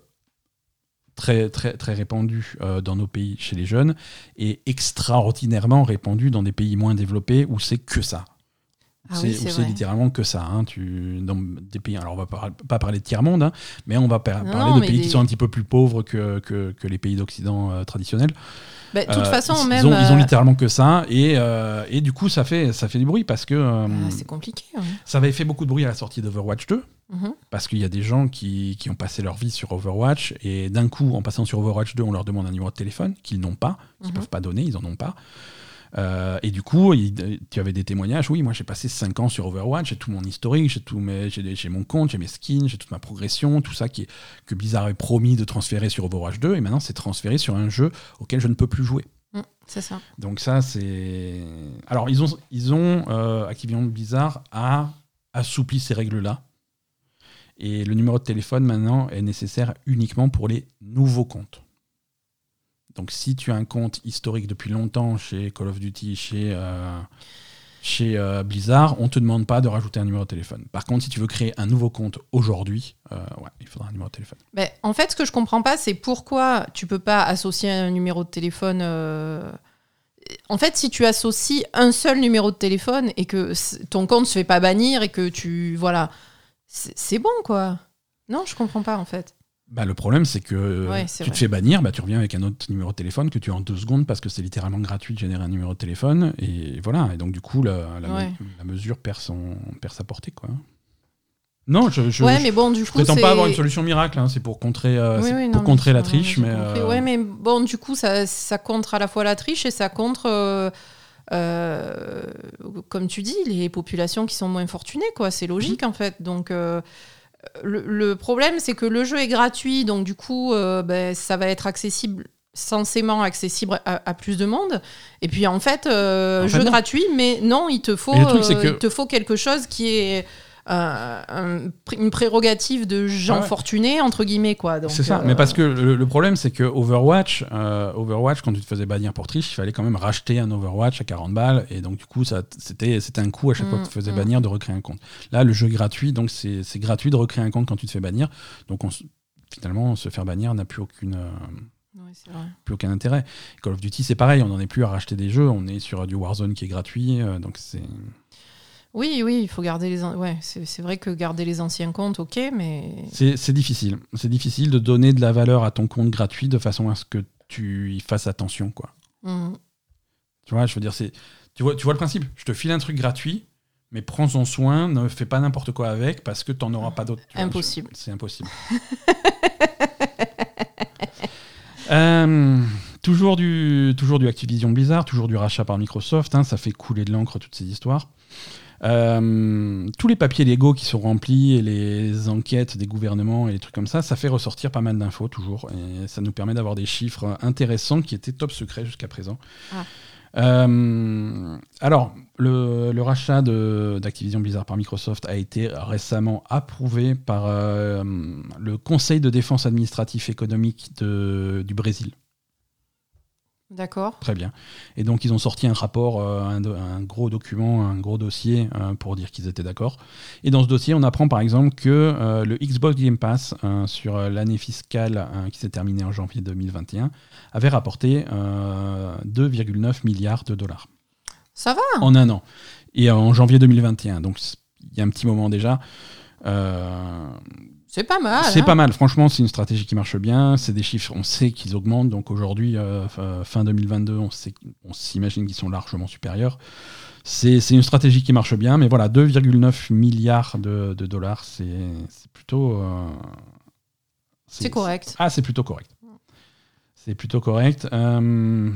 très, très, très répandu euh, dans nos pays chez les jeunes et extraordinairement répandu dans des pays moins développés où c'est que ça. Ah c'est, oui, c'est, où c'est littéralement que ça. Hein. Tu, dans des pays, alors on va par, pas parler de tiers-monde, hein, mais on va par, non, parler non, de pays des... qui sont un petit peu plus pauvres que, que, que les pays d'Occident euh, traditionnels. De bah, toute euh, façon, ils, même. Ils ont, euh... ils ont littéralement que ça, et, euh, et du coup, ça fait, ça fait du bruit parce que. Euh, ah, c'est compliqué. Ouais. Ça avait fait beaucoup de bruit à la sortie d'Overwatch deux. Mmh. Parce qu'il y a des gens qui, qui ont passé leur vie sur Overwatch et d'un coup, en passant sur Overwatch deux, on leur demande un numéro de téléphone qu'ils n'ont pas, qu'ils ne mmh. peuvent pas donner, ils n'en ont pas. Euh, et du coup, il, tu avais des témoignages. Oui, moi j'ai passé cinq ans sur Overwatch, j'ai tout mon historique, j'ai, tout mes, j'ai, j'ai mon compte, j'ai mes skins, j'ai toute ma progression, tout ça qui est, que Blizzard avait promis de transférer sur Overwatch deux, et maintenant c'est transféré sur un jeu auquel je ne peux plus jouer. Mmh, c'est ça. Donc ça, c'est... Alors, ils ont, ils ont euh, Activision Blizzard a assoupli ces règles-là. Et le numéro de téléphone, maintenant, est nécessaire uniquement pour les nouveaux comptes. Donc, si tu as un compte historique depuis longtemps chez Call of Duty, chez, euh, chez euh, Blizzard, on ne te demande pas de rajouter un numéro de téléphone. Par contre, si tu veux créer un nouveau compte aujourd'hui, euh, ouais, il faudra un numéro de téléphone. Ben, en fait, ce que je ne comprends pas, c'est pourquoi tu ne peux pas associer un numéro de téléphone... Euh... En fait, si tu associes un seul numéro de téléphone et que ton compte ne se fait pas bannir et que tu... Voilà... C'est bon, quoi. Non, je comprends pas, en fait. Bah, le problème, c'est que ouais, c'est tu vrai. te fais bannir, bah, tu reviens avec un autre numéro de téléphone que tu as en deux secondes parce que c'est littéralement gratuit de générer un numéro de téléphone. Et voilà. Et donc, du coup, la, la, ouais. me, la mesure perd, son, perd sa portée, quoi. Non, je, je, ouais, je, mais bon, du je coup, prétends c'est... pas avoir une solution miracle. Hein, c'est pour contrer, euh, oui, oui, pour non, contrer la triche. Mais, euh... Ouais, mais bon, du coup, ça, ça contre à la fois la triche et ça contre... Euh... Euh, comme tu dis, les populations qui sont moins fortunées, quoi. C'est logique, mmh. en fait. Donc... Euh... Le, le problème, c'est que le jeu est gratuit, donc du coup, euh, ben, ça va être accessible, censément accessible à, à plus de monde. Et puis en fait, euh, en jeu fait, gratuit, mais non, il te faut, truc, euh, que... il te faut quelque chose qui est euh, un, une prérogative de gens ah ouais. fortunés, entre guillemets, quoi. Donc, c'est ça, euh... mais parce que le, le problème, c'est que Overwatch, euh, Overwatch, quand tu te faisais bannir pour triche, il fallait quand même racheter un Overwatch à quarante balles, et donc du coup, ça, c'était, c'était un coût à chaque mmh, fois que tu te faisais mmh. bannir de recréer un compte. Là, le jeu est gratuit, donc c'est, c'est gratuit de recréer un compte quand tu te fais bannir. Donc on, finalement, se faire bannir n'a plus aucune... Euh... Ouais, c'est vrai. Plus aucun intérêt. Call of Duty, c'est pareil, on n'en est plus à racheter des jeux, on est sur du Warzone qui est gratuit, euh, donc c'est... Oui, oui, il faut garder les... An... Ouais, c'est, c'est vrai que garder les anciens comptes, ok, mais... C'est, c'est difficile. C'est difficile de donner de la valeur à ton compte gratuit de façon à ce que tu y fasses attention, quoi. Mmh. Tu vois, je veux dire, c'est... Tu vois, tu vois le principe. Je te file un truc gratuit, mais prends-en soin, ne fais pas n'importe quoi avec, parce que tu n'en auras pas d'autre. Tu impossible. Vois, c'est impossible. euh, toujours, du, toujours du Activision Blizzard, toujours du rachat par Microsoft, hein, ça fait couler de l'encre toutes ces histoires. Euh, tous les papiers légaux qui sont remplis et les enquêtes des gouvernements et les trucs comme ça, ça fait ressortir pas mal d'infos toujours, et ça nous permet d'avoir des chiffres intéressants qui étaient top secrets jusqu'à présent. Ah. Euh, alors, le, le rachat de, d'Activision Blizzard par Microsoft a été récemment approuvé par euh, le Conseil de défense administratif économique de, du Brésil. D'accord. Très bien. Et donc, ils ont sorti un rapport, euh, un, un gros document, un gros dossier euh, pour dire qu'ils étaient d'accord. Et dans ce dossier, on apprend par exemple que euh, le Xbox Game Pass, euh, sur l'année fiscale euh, qui s'est terminée en janvier deux mille vingt et un, avait rapporté euh, deux virgule neuf milliards de dollars. Ça va. En un an. et en janvier deux mille vingt et un. Donc il y a un petit moment déjà. Euh, c'est pas mal. C'est hein. pas mal. Franchement, c'est une stratégie qui marche bien. C'est des chiffres, on sait qu'ils augmentent. Donc aujourd'hui, euh, fin deux mille vingt-deux, on, sait, on s'imagine qu'ils sont largement supérieurs. C'est, c'est une stratégie qui marche bien. Mais voilà, deux virgule neuf milliards de, de dollars, c'est, c'est plutôt... Euh, c'est, c'est correct. C'est, ah, c'est plutôt correct. C'est plutôt correct. Euh,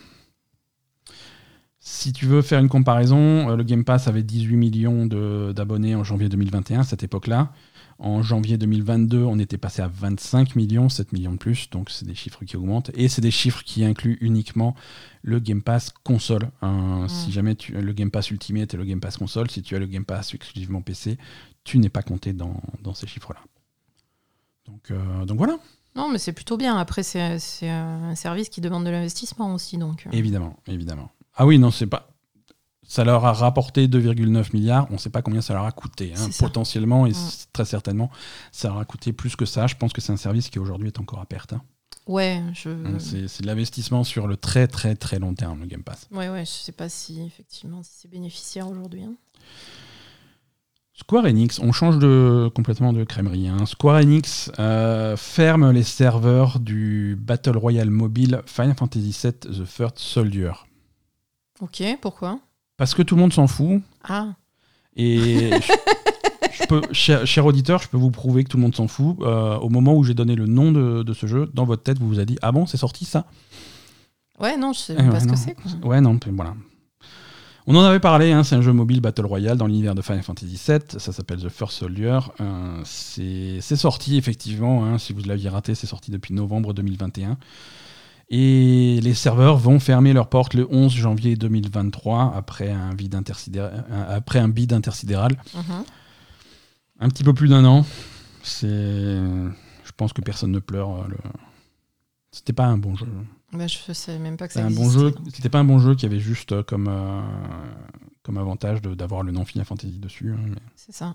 si tu veux faire une comparaison, le Game Pass avait dix-huit millions de, d'abonnés en janvier deux mille vingt et un, à cette époque-là. En janvier deux mille vingt-deux, on était passé à vingt-cinq millions, sept millions de plus, donc c'est des chiffres qui augmentent. Et c'est des chiffres qui incluent uniquement le Game Pass console. Hein. Mmh. Si jamais tu as le Game Pass Ultimate et le Game Pass console, si tu as le Game Pass exclusivement P C, tu n'es pas compté dans, dans ces chiffres-là. Donc, euh, donc voilà. Non, mais c'est plutôt bien. Après, c'est, c'est un service qui demande de l'investissement aussi. Donc, euh... Évidemment, évidemment. Ah oui, non, c'est pas... Ça leur a rapporté deux virgule neuf milliards. On ne sait pas combien ça leur a coûté. Hein. Potentiellement, et ouais. très certainement, ça leur a coûté plus que ça. Je pense que c'est un service qui aujourd'hui est encore à perte. Hein. Ouais, je... c'est, c'est de l'investissement sur le très très très long terme, le Game Pass. Ouais, ouais, je ne sais pas si effectivement si c'est bénéficiaire aujourd'hui. Hein. Square Enix, on change de, complètement de crèmerie. Hein. Square Enix euh, ferme les serveurs du Battle Royale mobile Final Fantasy sept The First Soldier. Ok, pourquoi ? Parce que tout le monde s'en fout. Ah. Et je, je peux, cher, cher auditeur, je peux vous prouver que tout le monde s'en fout. Euh, au moment où j'ai donné le nom de, de ce jeu, dans votre tête, vous vous avez dit « Ah bon, c'est sorti ça ?» Ouais, non, je sais eh pas ouais, ce non. que c'est. Quoi. Ouais, non, voilà. On en avait parlé, hein, c'est un jeu mobile Battle Royale dans l'univers de Final Fantasy sept. Ça s'appelle The First Soldier. Euh, c'est, c'est sorti, effectivement. Hein, si vous l'aviez raté, c'est sorti depuis novembre deux mille vingt et un. Et les serveurs vont fermer leurs portes le onze janvier deux mille vingt-trois après un bid intersidéral. Après un bid intersidéral. Mm-hmm. Un petit peu plus d'un an. C'est... Je pense que personne ne pleure. Le... C'était pas un bon jeu. Bah, je sais même pas que ça C'était existait. Un bon jeu. C'était pas un bon jeu qui avait juste comme, euh, comme avantage de, d'avoir le nom Final Fantasy dessus. Hein, mais... C'est ça.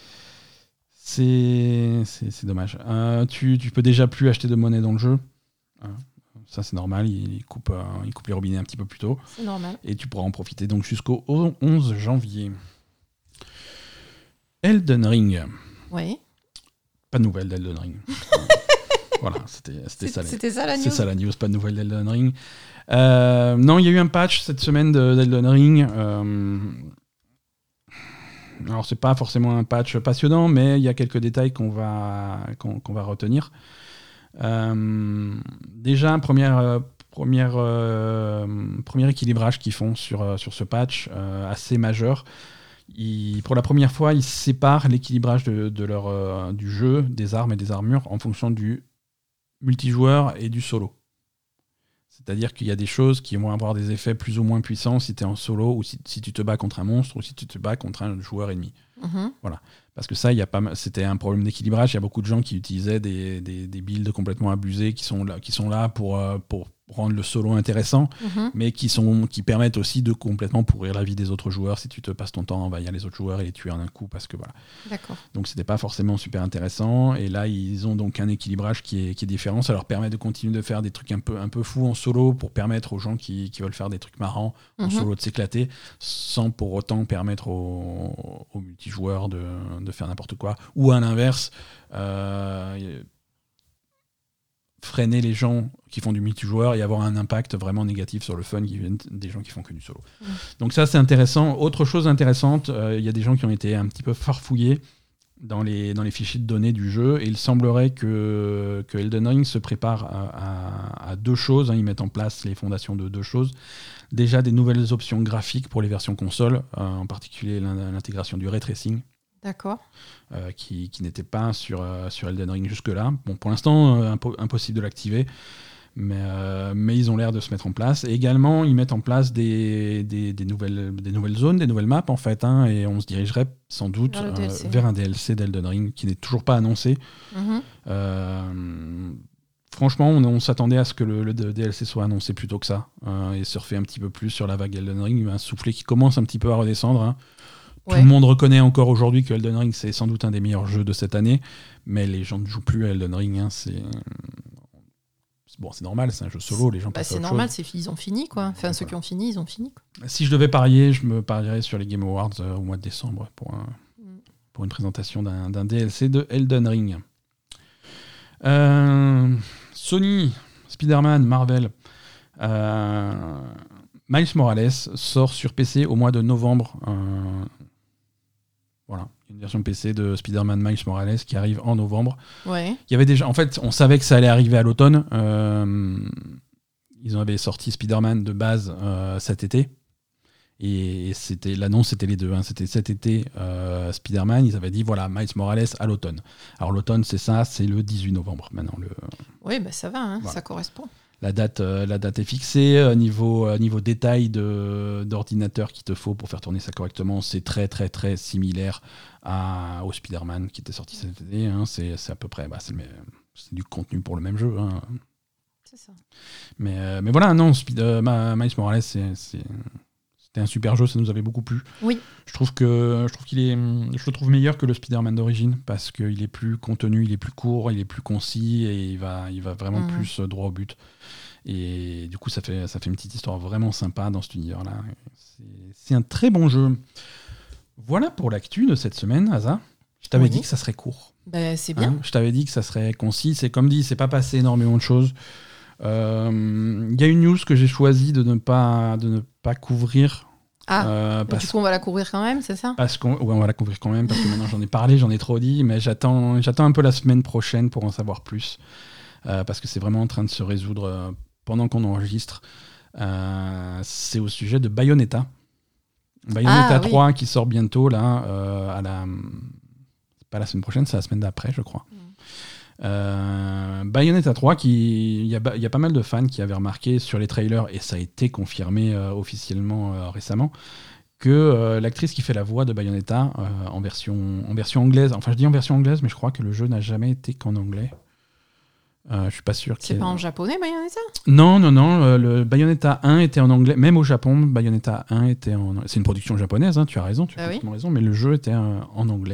C'est, c'est, c'est dommage. Euh, tu, tu peux déjà plus acheter de monnaie dans le jeu. Hein. Ça, c'est normal, il coupe, euh, il coupe les robinets un petit peu plus tôt. C'est normal. Et tu pourras en profiter donc jusqu'au onze janvier. Elden Ring. Oui. Pas de nouvelles d'Elden Ring. Voilà, c'était, c'était, ça, c'était ça la news. C'est ça la news, pas de nouvelles d'Elden Ring. Euh, non, il y a eu un patch cette semaine de, d'Elden Ring. Euh, alors, c'est pas forcément un patch passionnant, mais il y a quelques détails qu'on va, qu'on, qu'on va retenir. Euh, déjà, première, euh, première, euh, premier équilibrage qu'ils font sur, euh, sur ce patch, euh, assez majeur. Ils, pour la première fois, ils séparent l'équilibrage de, de leur, euh, du jeu, des armes et des armures, en fonction du multijoueur et du solo. C'est-à-dire qu'il y a des choses qui vont avoir des effets plus ou moins puissants si tu es en solo, ou si, si tu te bats contre un monstre, ou si tu te bats contre un joueur ennemi. Mmh. Voilà. Parce que ça, y a pas mal, c'était un problème d'équilibrage. Il y a beaucoup de gens qui utilisaient des, des, des builds complètement abusés qui sont là, qui sont là pour, euh, pour rendre le solo intéressant, mmh. mais qui, sont, qui permettent aussi de complètement pourrir la vie des autres joueurs si tu te passes ton temps à envahir les autres joueurs et les tuer en un coup. Parce que, voilà. D'accord. Donc c'était pas forcément super intéressant. Et là, ils ont donc un équilibrage qui est, qui est différent. Ça leur permet de continuer de faire des trucs un peu, un peu fous en solo pour permettre aux gens qui, qui veulent faire des trucs marrants en mmh. solo de s'éclater, sans pour autant permettre aux, aux multijoueurs de, de faire n'importe quoi. Ou à l'inverse, euh, freiner les gens qui font du multijoueur et avoir un impact vraiment négatif sur le fun qui viennent des gens qui font que du solo. Mmh. Donc ça, c'est intéressant. Autre chose intéressante, il euh, y a des gens qui ont été un petit peu farfouillés dans les, dans les fichiers de données du jeu, et il semblerait que, que Elden Ring se prépare à, à, à deux choses. Hein. Ils mettent en place les fondations de deux choses. Déjà, des nouvelles options graphiques pour les versions console, euh, en particulier l'intégration du ray tracing. D'accord. Euh, qui, qui n'était pas sur, euh, sur Elden Ring jusque-là. Bon, pour l'instant, euh, impo- impossible de l'activer, mais, euh, mais ils ont l'air de se mettre en place. Et également, ils mettent en place des, des, des, nouvelles, des nouvelles zones, des nouvelles maps, en fait, hein, et on se dirigerait sans doute vers, euh, vers un D L C d'Elden Ring qui n'est toujours pas annoncé. Mm-hmm. Euh, franchement, on, on s'attendait à ce que le, le D L C soit annoncé plus tôt que ça, euh, et surfer un petit peu plus sur la vague Elden Ring, un soufflet qui commence un petit peu à redescendre, hein. Tout ouais. le monde reconnaît encore aujourd'hui que Elden Ring, c'est sans doute un des meilleurs jeux de cette année, mais les gens ne jouent plus à Elden Ring. Hein, c'est... bon, c'est normal, c'est un jeu solo, les gens bah, passent à c'est autre normal, chose. c'est, ils ont fini, quoi. Enfin, Ouais, ceux voilà. qui ont fini, ils ont fini, quoi. Si je devais parier, je me parierais sur les Game Awards euh, au mois de décembre pour, un, Mm. pour une présentation d'un, d'un D L C de Elden Ring. Euh, Sony, Spider-Man, Marvel. Euh, Miles Morales sort sur P C au mois de novembre. Euh, voilà, une version P C de Spider-Man Miles Morales qui arrive en novembre. Ouais. Il y avait déjà, en fait, on savait que ça allait arriver à l'automne. Euh, ils avaient sorti Spider-Man de base euh, cet été. Et c'était l'annonce, c'était les deux. Hein. C'était cet été, euh, Spider-Man. Ils avaient dit voilà, Miles Morales à l'automne. Alors l'automne, c'est ça, c'est le dix-huit novembre maintenant. Le, Oui, bah, ça va, hein, Voilà. ça correspond. la, date, euh, la date est fixée. Euh, niveau, euh, niveau détail de, d'ordinateur qu'il te faut pour faire tourner ça correctement, c'est très, très, très similaire à, au Spider-Man qui était sorti cet été. Hein. C'est, c'est à peu près bah, c'est, le même- c'est du contenu pour le même jeu. Hein. C'est ça. Mais, euh, mais voilà, non, Speed, euh, Ma- Miles Morales, c'est, c'est, c'était un super jeu, ça nous avait beaucoup plu. Oui. Je trouve que je trouve qu'il est, je le trouve meilleur que le Spider-Man d'origine parce qu'il est plus contenu, il est plus court, il est plus concis et il va, il va vraiment Mhm. plus euh, droit au but. Et du coup, ça fait, ça fait une petite histoire vraiment sympa dans cet univers-là. C'est, c'est un très bon jeu. Voilà pour l'actu de cette semaine, Asa. Je t'avais Oui. dit que ça serait court. Bah, c'est bien. Hein, je t'avais dit que ça serait concis. C'est comme dit, c'est pas passé énormément de choses. Il euh, y a une news que j'ai choisi de ne pas, de ne pas couvrir. Ah, euh, et parce, du coup, on va la couvrir quand même, c'est ça? parce qu'on, ouais, on va la couvrir quand même, parce que maintenant j'en ai parlé, j'en ai trop dit, mais j'attends, j'attends un peu la semaine prochaine pour en savoir plus. Euh, parce que c'est vraiment en train de se résoudre euh, pendant qu'on enregistre. Euh, c'est au sujet de Bayonetta. Bayonetta Ah, oui. trois qui sort bientôt, là, euh, à la... c'est pas la semaine prochaine, c'est la semaine d'après, je crois. Mm. Euh, Bayonetta trois, qui il y, a- il y a pas mal de fans qui avaient remarqué sur les trailers, et ça a été confirmé euh, officiellement euh, récemment, que euh, l'actrice qui fait la voix de Bayonetta euh, en, version, en version anglaise, enfin je dis en version anglaise, mais je crois que le jeu n'a jamais été qu'en anglais. Euh, je suis pas sûr qu'il C'est y ait- pas en japonais, Bayonetta? Non, non, non. euh, le Bayonetta un était en anglais. Même au Japon, Bayonetta un était en... C'est une production japonaise, hein, tu as raison, tu as Ah oui. complètement raison, mais le jeu était euh, en anglais.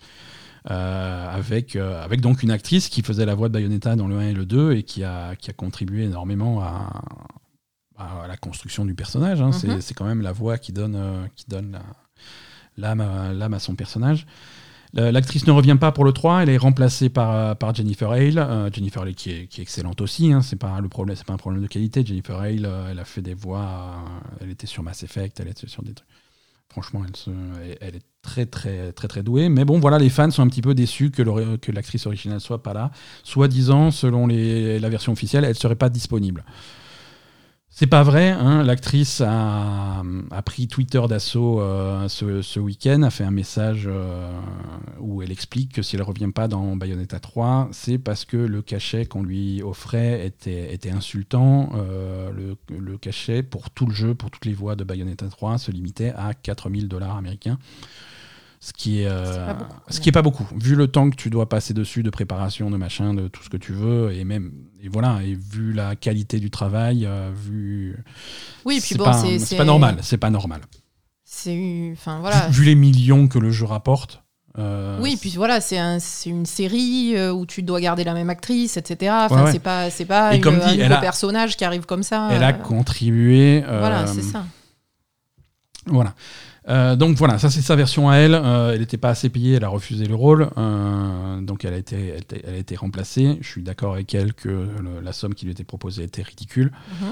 Euh, avec, euh, avec donc une actrice qui faisait la voix de Bayonetta dans le un et le deux et qui a, qui a contribué énormément à, à la construction du personnage. Hein. Mhm. C'est, c'est quand même la voix qui donne, euh, qui donne la, l'âme, à, l'âme à son personnage. Euh, L'actrice ne revient pas pour le trois, elle est remplacée par, euh, par Jennifer Hale. Euh, Jennifer Hale qui est, qui est excellente aussi, hein, c'est pas le problème, c'est pas un problème de qualité. Jennifer Hale, euh, elle a fait des voix, euh, elle était sur Mass Effect, elle était sur des trucs. Franchement, elle, se, elle, elle est très très très très douée. Mais bon, voilà, les fans sont un petit peu déçus que, le, que l'actrice originale soit pas là. Soi-disant, selon les, la version officielle, elle serait pas disponible. C'est pas vrai, hein. L'actrice a, a pris Twitter d'assaut euh, ce, ce week-end, a fait un message euh, où elle explique que si elle revient pas dans Bayonetta trois, c'est parce que le cachet qu'on lui offrait était, était insultant. Euh, le, le cachet pour tout le jeu, pour toutes les voix de Bayonetta trois, se limitait à quatre mille dollars américains. Ce qui est, euh, C'est pas beaucoup, ce qui est pas beaucoup, vu le temps que tu dois passer dessus de préparation, de machin, de tout ce que tu veux, et même, et voilà, et vu la qualité du travail, euh, vu, Oui, puis c'est bon, pas, c'est- c'est c'est- pas normal, c'est pas normal. C'est une- enfin voilà. Vu, vu les millions que le jeu rapporte. euh, Oui, puis voilà, c'est un, c'est une série euh, où tu dois garder la même actrice, et cetera. Enfin, Ouais, ouais. c'est pas, c'est pas Et une- comme dit, un elle nouveau a- personnage qui arrive comme ça. elle a euh, contribué. euh, Voilà, c'est ça. Voilà. Euh, donc voilà, ça c'est sa version à elle. Euh, elle n'était pas assez payée, elle a refusé le rôle. Euh, donc elle a, été, elle, a- elle a été remplacée. Je suis d'accord avec elle que le- la somme qui lui était proposée était ridicule. Mhm.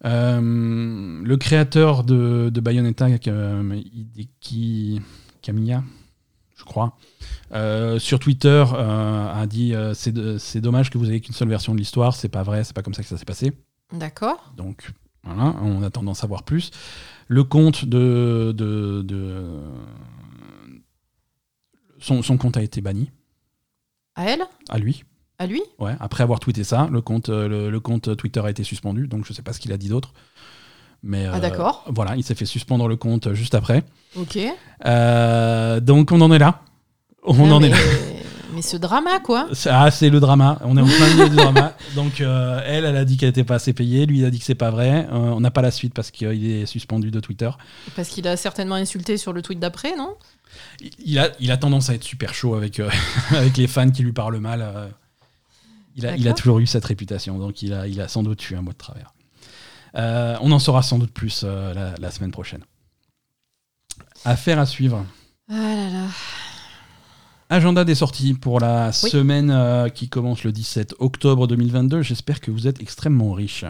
Euh, le créateur de, de Bayonetta, euh, Hideki Kamiya, je crois, euh, sur Twitter euh, a dit euh, c'est, de- c'est dommage que vous ayez qu'une seule version de l'histoire, c'est pas vrai, c'est pas comme ça que ça s'est passé. D'accord. Donc voilà, on attend d'en savoir plus. Le compte de, de, de son, son compte a été banni À elle? à lui. À lui? Ouais, après avoir tweeté ça, le compte, euh, le, le compte Twitter a été suspendu, donc je sais pas ce qu'il a dit d'autre. Mais Ah, euh, d'accord. voilà, il s'est fait suspendre le compte juste après. Ok. Euh, donc on en est là. On Ah, en mais, est là. mais ce drama, quoi. C'est- Ah, c'est le drama. On est en plein milieu du drama. Donc euh, elle, elle a dit qu'elle n'était pas assez payée. Lui, il a dit que c'est pas vrai. Euh, on n'a pas la suite parce qu'il est suspendu de Twitter. Parce qu'il a certainement insulté sur le tweet d'après, non? Il a, il a tendance à être super chaud avec, euh, avec les fans qui lui parlent mal. euh. Il a, il a toujours eu cette réputation, donc il a, il a sans doute eu un mot de travers. Euh, on en saura sans doute plus euh, la, la semaine prochaine. Affaire à suivre. Ah là là. Agenda des sorties pour la oui. semaine euh, qui commence le dix-sept octobre deux mille vingt-deux. J'espère que vous êtes extrêmement riches.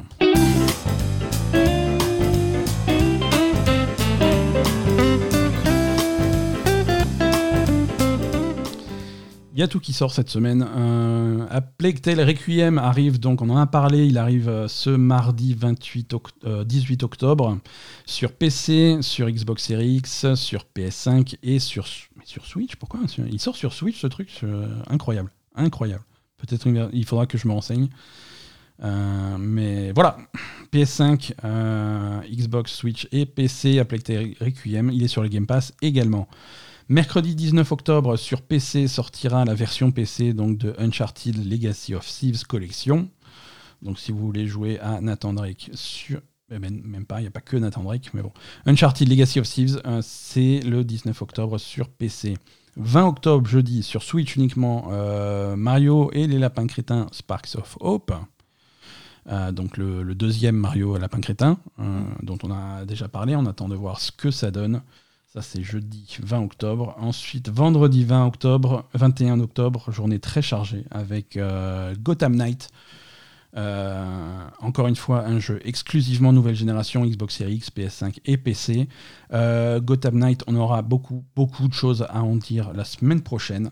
Il y a tout qui sort cette semaine. Euh, A Plague Tale Requiem arrive, donc on en a parlé, il arrive ce mardi vingt-huit oct- euh, dix-huit octobre sur P C, sur Xbox Series X, sur P S cinq et sur, sur Switch. Pourquoi il sort sur Switch ce truc euh, Incroyable, incroyable. Peut-être il faudra que je me renseigne. Euh, mais voilà, P S cinq, euh, Xbox, Switch et P C, A Plague Tale Requiem, il est sur le Game Pass également. Mercredi dix-neuf octobre, sur P C sortira la version P C donc, de Uncharted Legacy of Thieves Collection. Donc si vous voulez jouer à Nathan Drake sur... Même, même pas, il n'y a pas que Nathan Drake, mais bon. Uncharted Legacy of Thieves, euh, c'est le dix-neuf octobre sur P C. vingt octobre, jeudi, sur Switch uniquement, euh, Mario et les lapins crétins Sparks of Hope. Euh, donc le, le deuxième Mario lapin crétin, euh, dont on a déjà parlé. On attend de voir ce que ça donne. Ça, c'est jeudi vingt octobre. Ensuite, vendredi vingt octobre, vingt et un octobre, journée très chargée avec euh, Gotham Knight. Euh, encore une fois, un jeu exclusivement nouvelle génération, Xbox Series X, P S cinq et P C. Euh, Gotham Knight, on aura beaucoup, beaucoup de choses à en dire la semaine prochaine.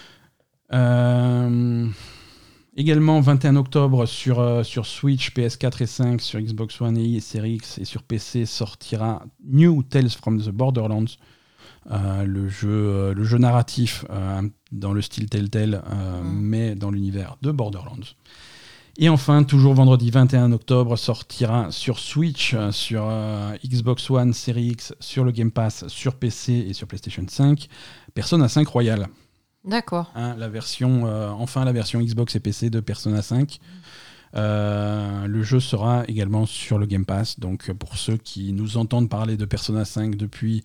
Euh... Également, vingt et un octobre, sur, euh, sur Switch, P S quatre et cinq, sur Xbox One et Series X et sur P C, sortira New Tales from the Borderlands, euh, le, jeu, euh, le jeu narratif euh, dans le style Telltale, euh, mmh. mais dans l'univers de Borderlands. Et enfin, toujours vendredi vingt et un octobre, sortira sur Switch, euh, sur euh, Xbox One, Series X, sur le Game Pass, sur P C et sur PlayStation cinq, Persona cinq Royal. D'accord. Hein, la version, euh, enfin la version Xbox et P C de Persona cinq. Euh, le jeu sera également sur le Game Pass. Donc pour ceux qui nous entendent parler de Persona cinq depuis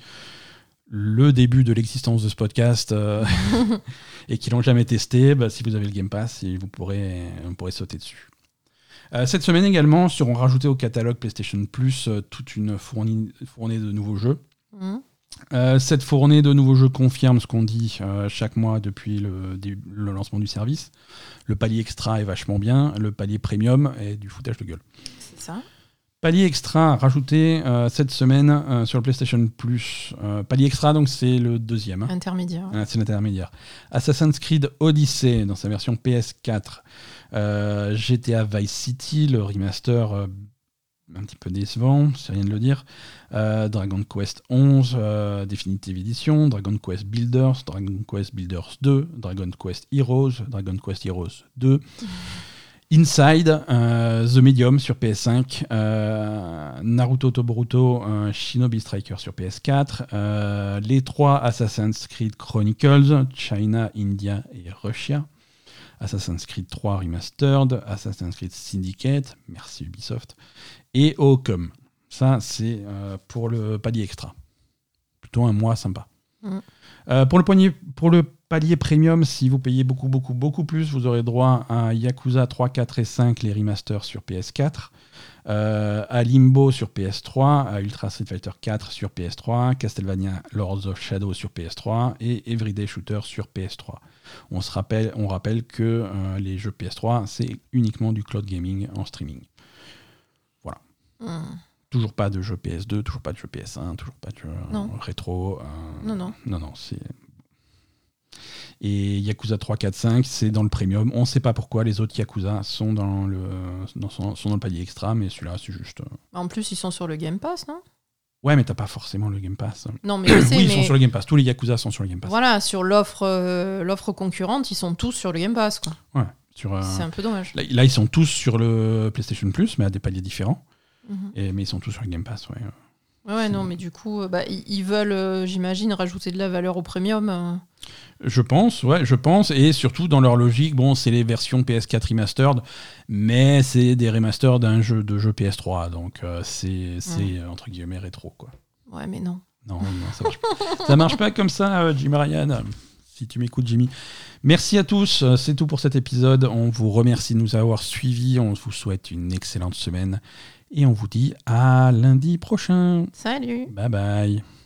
le début de l'existence de ce podcast euh, et qui l'ont jamais testé, bah, si vous avez le Game Pass, vous pourrez, vous pourrez sauter dessus. Euh, cette semaine également seront rajoutés au catalogue PlayStation Plus euh, toute une fournie, fournée de nouveaux jeux. Mmh. Euh, cette fournée de nouveaux jeux confirme ce qu'on dit euh, chaque mois depuis le, le lancement du service. Le palier extra est vachement bien, le palier premium est du foutage de gueule. C'est ça. Palier extra rajouté euh, cette semaine euh, sur le PlayStation Plus. Euh, palier extra, donc c'est le deuxième. Hein. Intermédiaire. Ah, c'est l'intermédiaire. Assassin's Creed Odyssey dans sa version P S quatre. Euh, G T A Vice City, le remaster euh, un petit peu décevant, c'est rien de le dire. Euh, Dragon Quest onze, euh, Definitive Edition, Dragon Quest Builders, Dragon Quest Builders deux, Dragon Quest Heroes, Dragon Quest Heroes deux, Inside, euh, The Medium sur P S cinq, euh, Naruto Toboruto, euh, Shinobi Striker sur P S quatre, euh, les trois Assassin's Creed Chronicles, China, India et Russia, Assassin's Creed trois Remastered, Assassin's Creed Syndicate, merci Ubisoft, et Ocom. Ça, c'est euh, pour le palier extra. Plutôt un mois sympa. Mmh. Euh, pour, le panier, pour le palier premium, si vous payez beaucoup, beaucoup, beaucoup plus, vous aurez droit à Yakuza trois, quatre et cinq, les remasters sur P S quatre, euh, à Limbo sur P S trois, à Ultra Street Fighter quatre sur P S trois, Castlevania Lords of Shadow sur P S trois et Everyday Shooter sur P S trois. On, se rappelle, on rappelle que euh, les jeux P S trois, c'est uniquement du cloud gaming en streaming. Voilà. Mmh. Toujours pas de jeu P S deux, toujours pas de jeu P S un, toujours pas de jeu non. rétro. Euh, non, non. Non, non, c'est... Et Yakuza trois, quatre, cinq, c'est dans le premium. On ne sait pas pourquoi les autres Yakuza sont dans le, dans son, sont dans le palier extra, mais celui-là, c'est juste... En plus, ils sont sur le Game Pass, non ? Ouais, mais t'as pas forcément le Game Pass. Non, mais je sais, oui, ils mais... sont sur le Game Pass. Tous les Yakuza sont sur le Game Pass. Voilà, sur l'offre, euh, l'offre concurrente, ils sont tous sur le Game Pass, quoi. Ouais. Sur, euh... C'est un peu dommage. Là, là, ils sont tous sur le PlayStation Plus, mais à des paliers différents. Mm-hmm. Et, mais ils sont tous sur le Game Pass, ouais. Ouais, ouais non, mais du coup, euh, bah, ils, ils veulent, euh, j'imagine, rajouter de la valeur au premium. Euh... Je pense, ouais, je pense. Et surtout, dans leur logique, bon, c'est les versions P S quatre remastered, mais c'est des remasters d'un jeu de jeu P S trois. Donc, euh, c'est, c'est ouais. entre guillemets, rétro, quoi. Ouais, mais non. Non, non, ça marche pas. Ça marche pas comme ça, euh, Jim Ryan. si tu m'écoutes, Jimmy. Merci à tous. C'est tout pour cet épisode. On vous remercie de nous avoir suivis. On vous souhaite une excellente semaine. Et on vous dit à lundi prochain. Salut. Bye bye.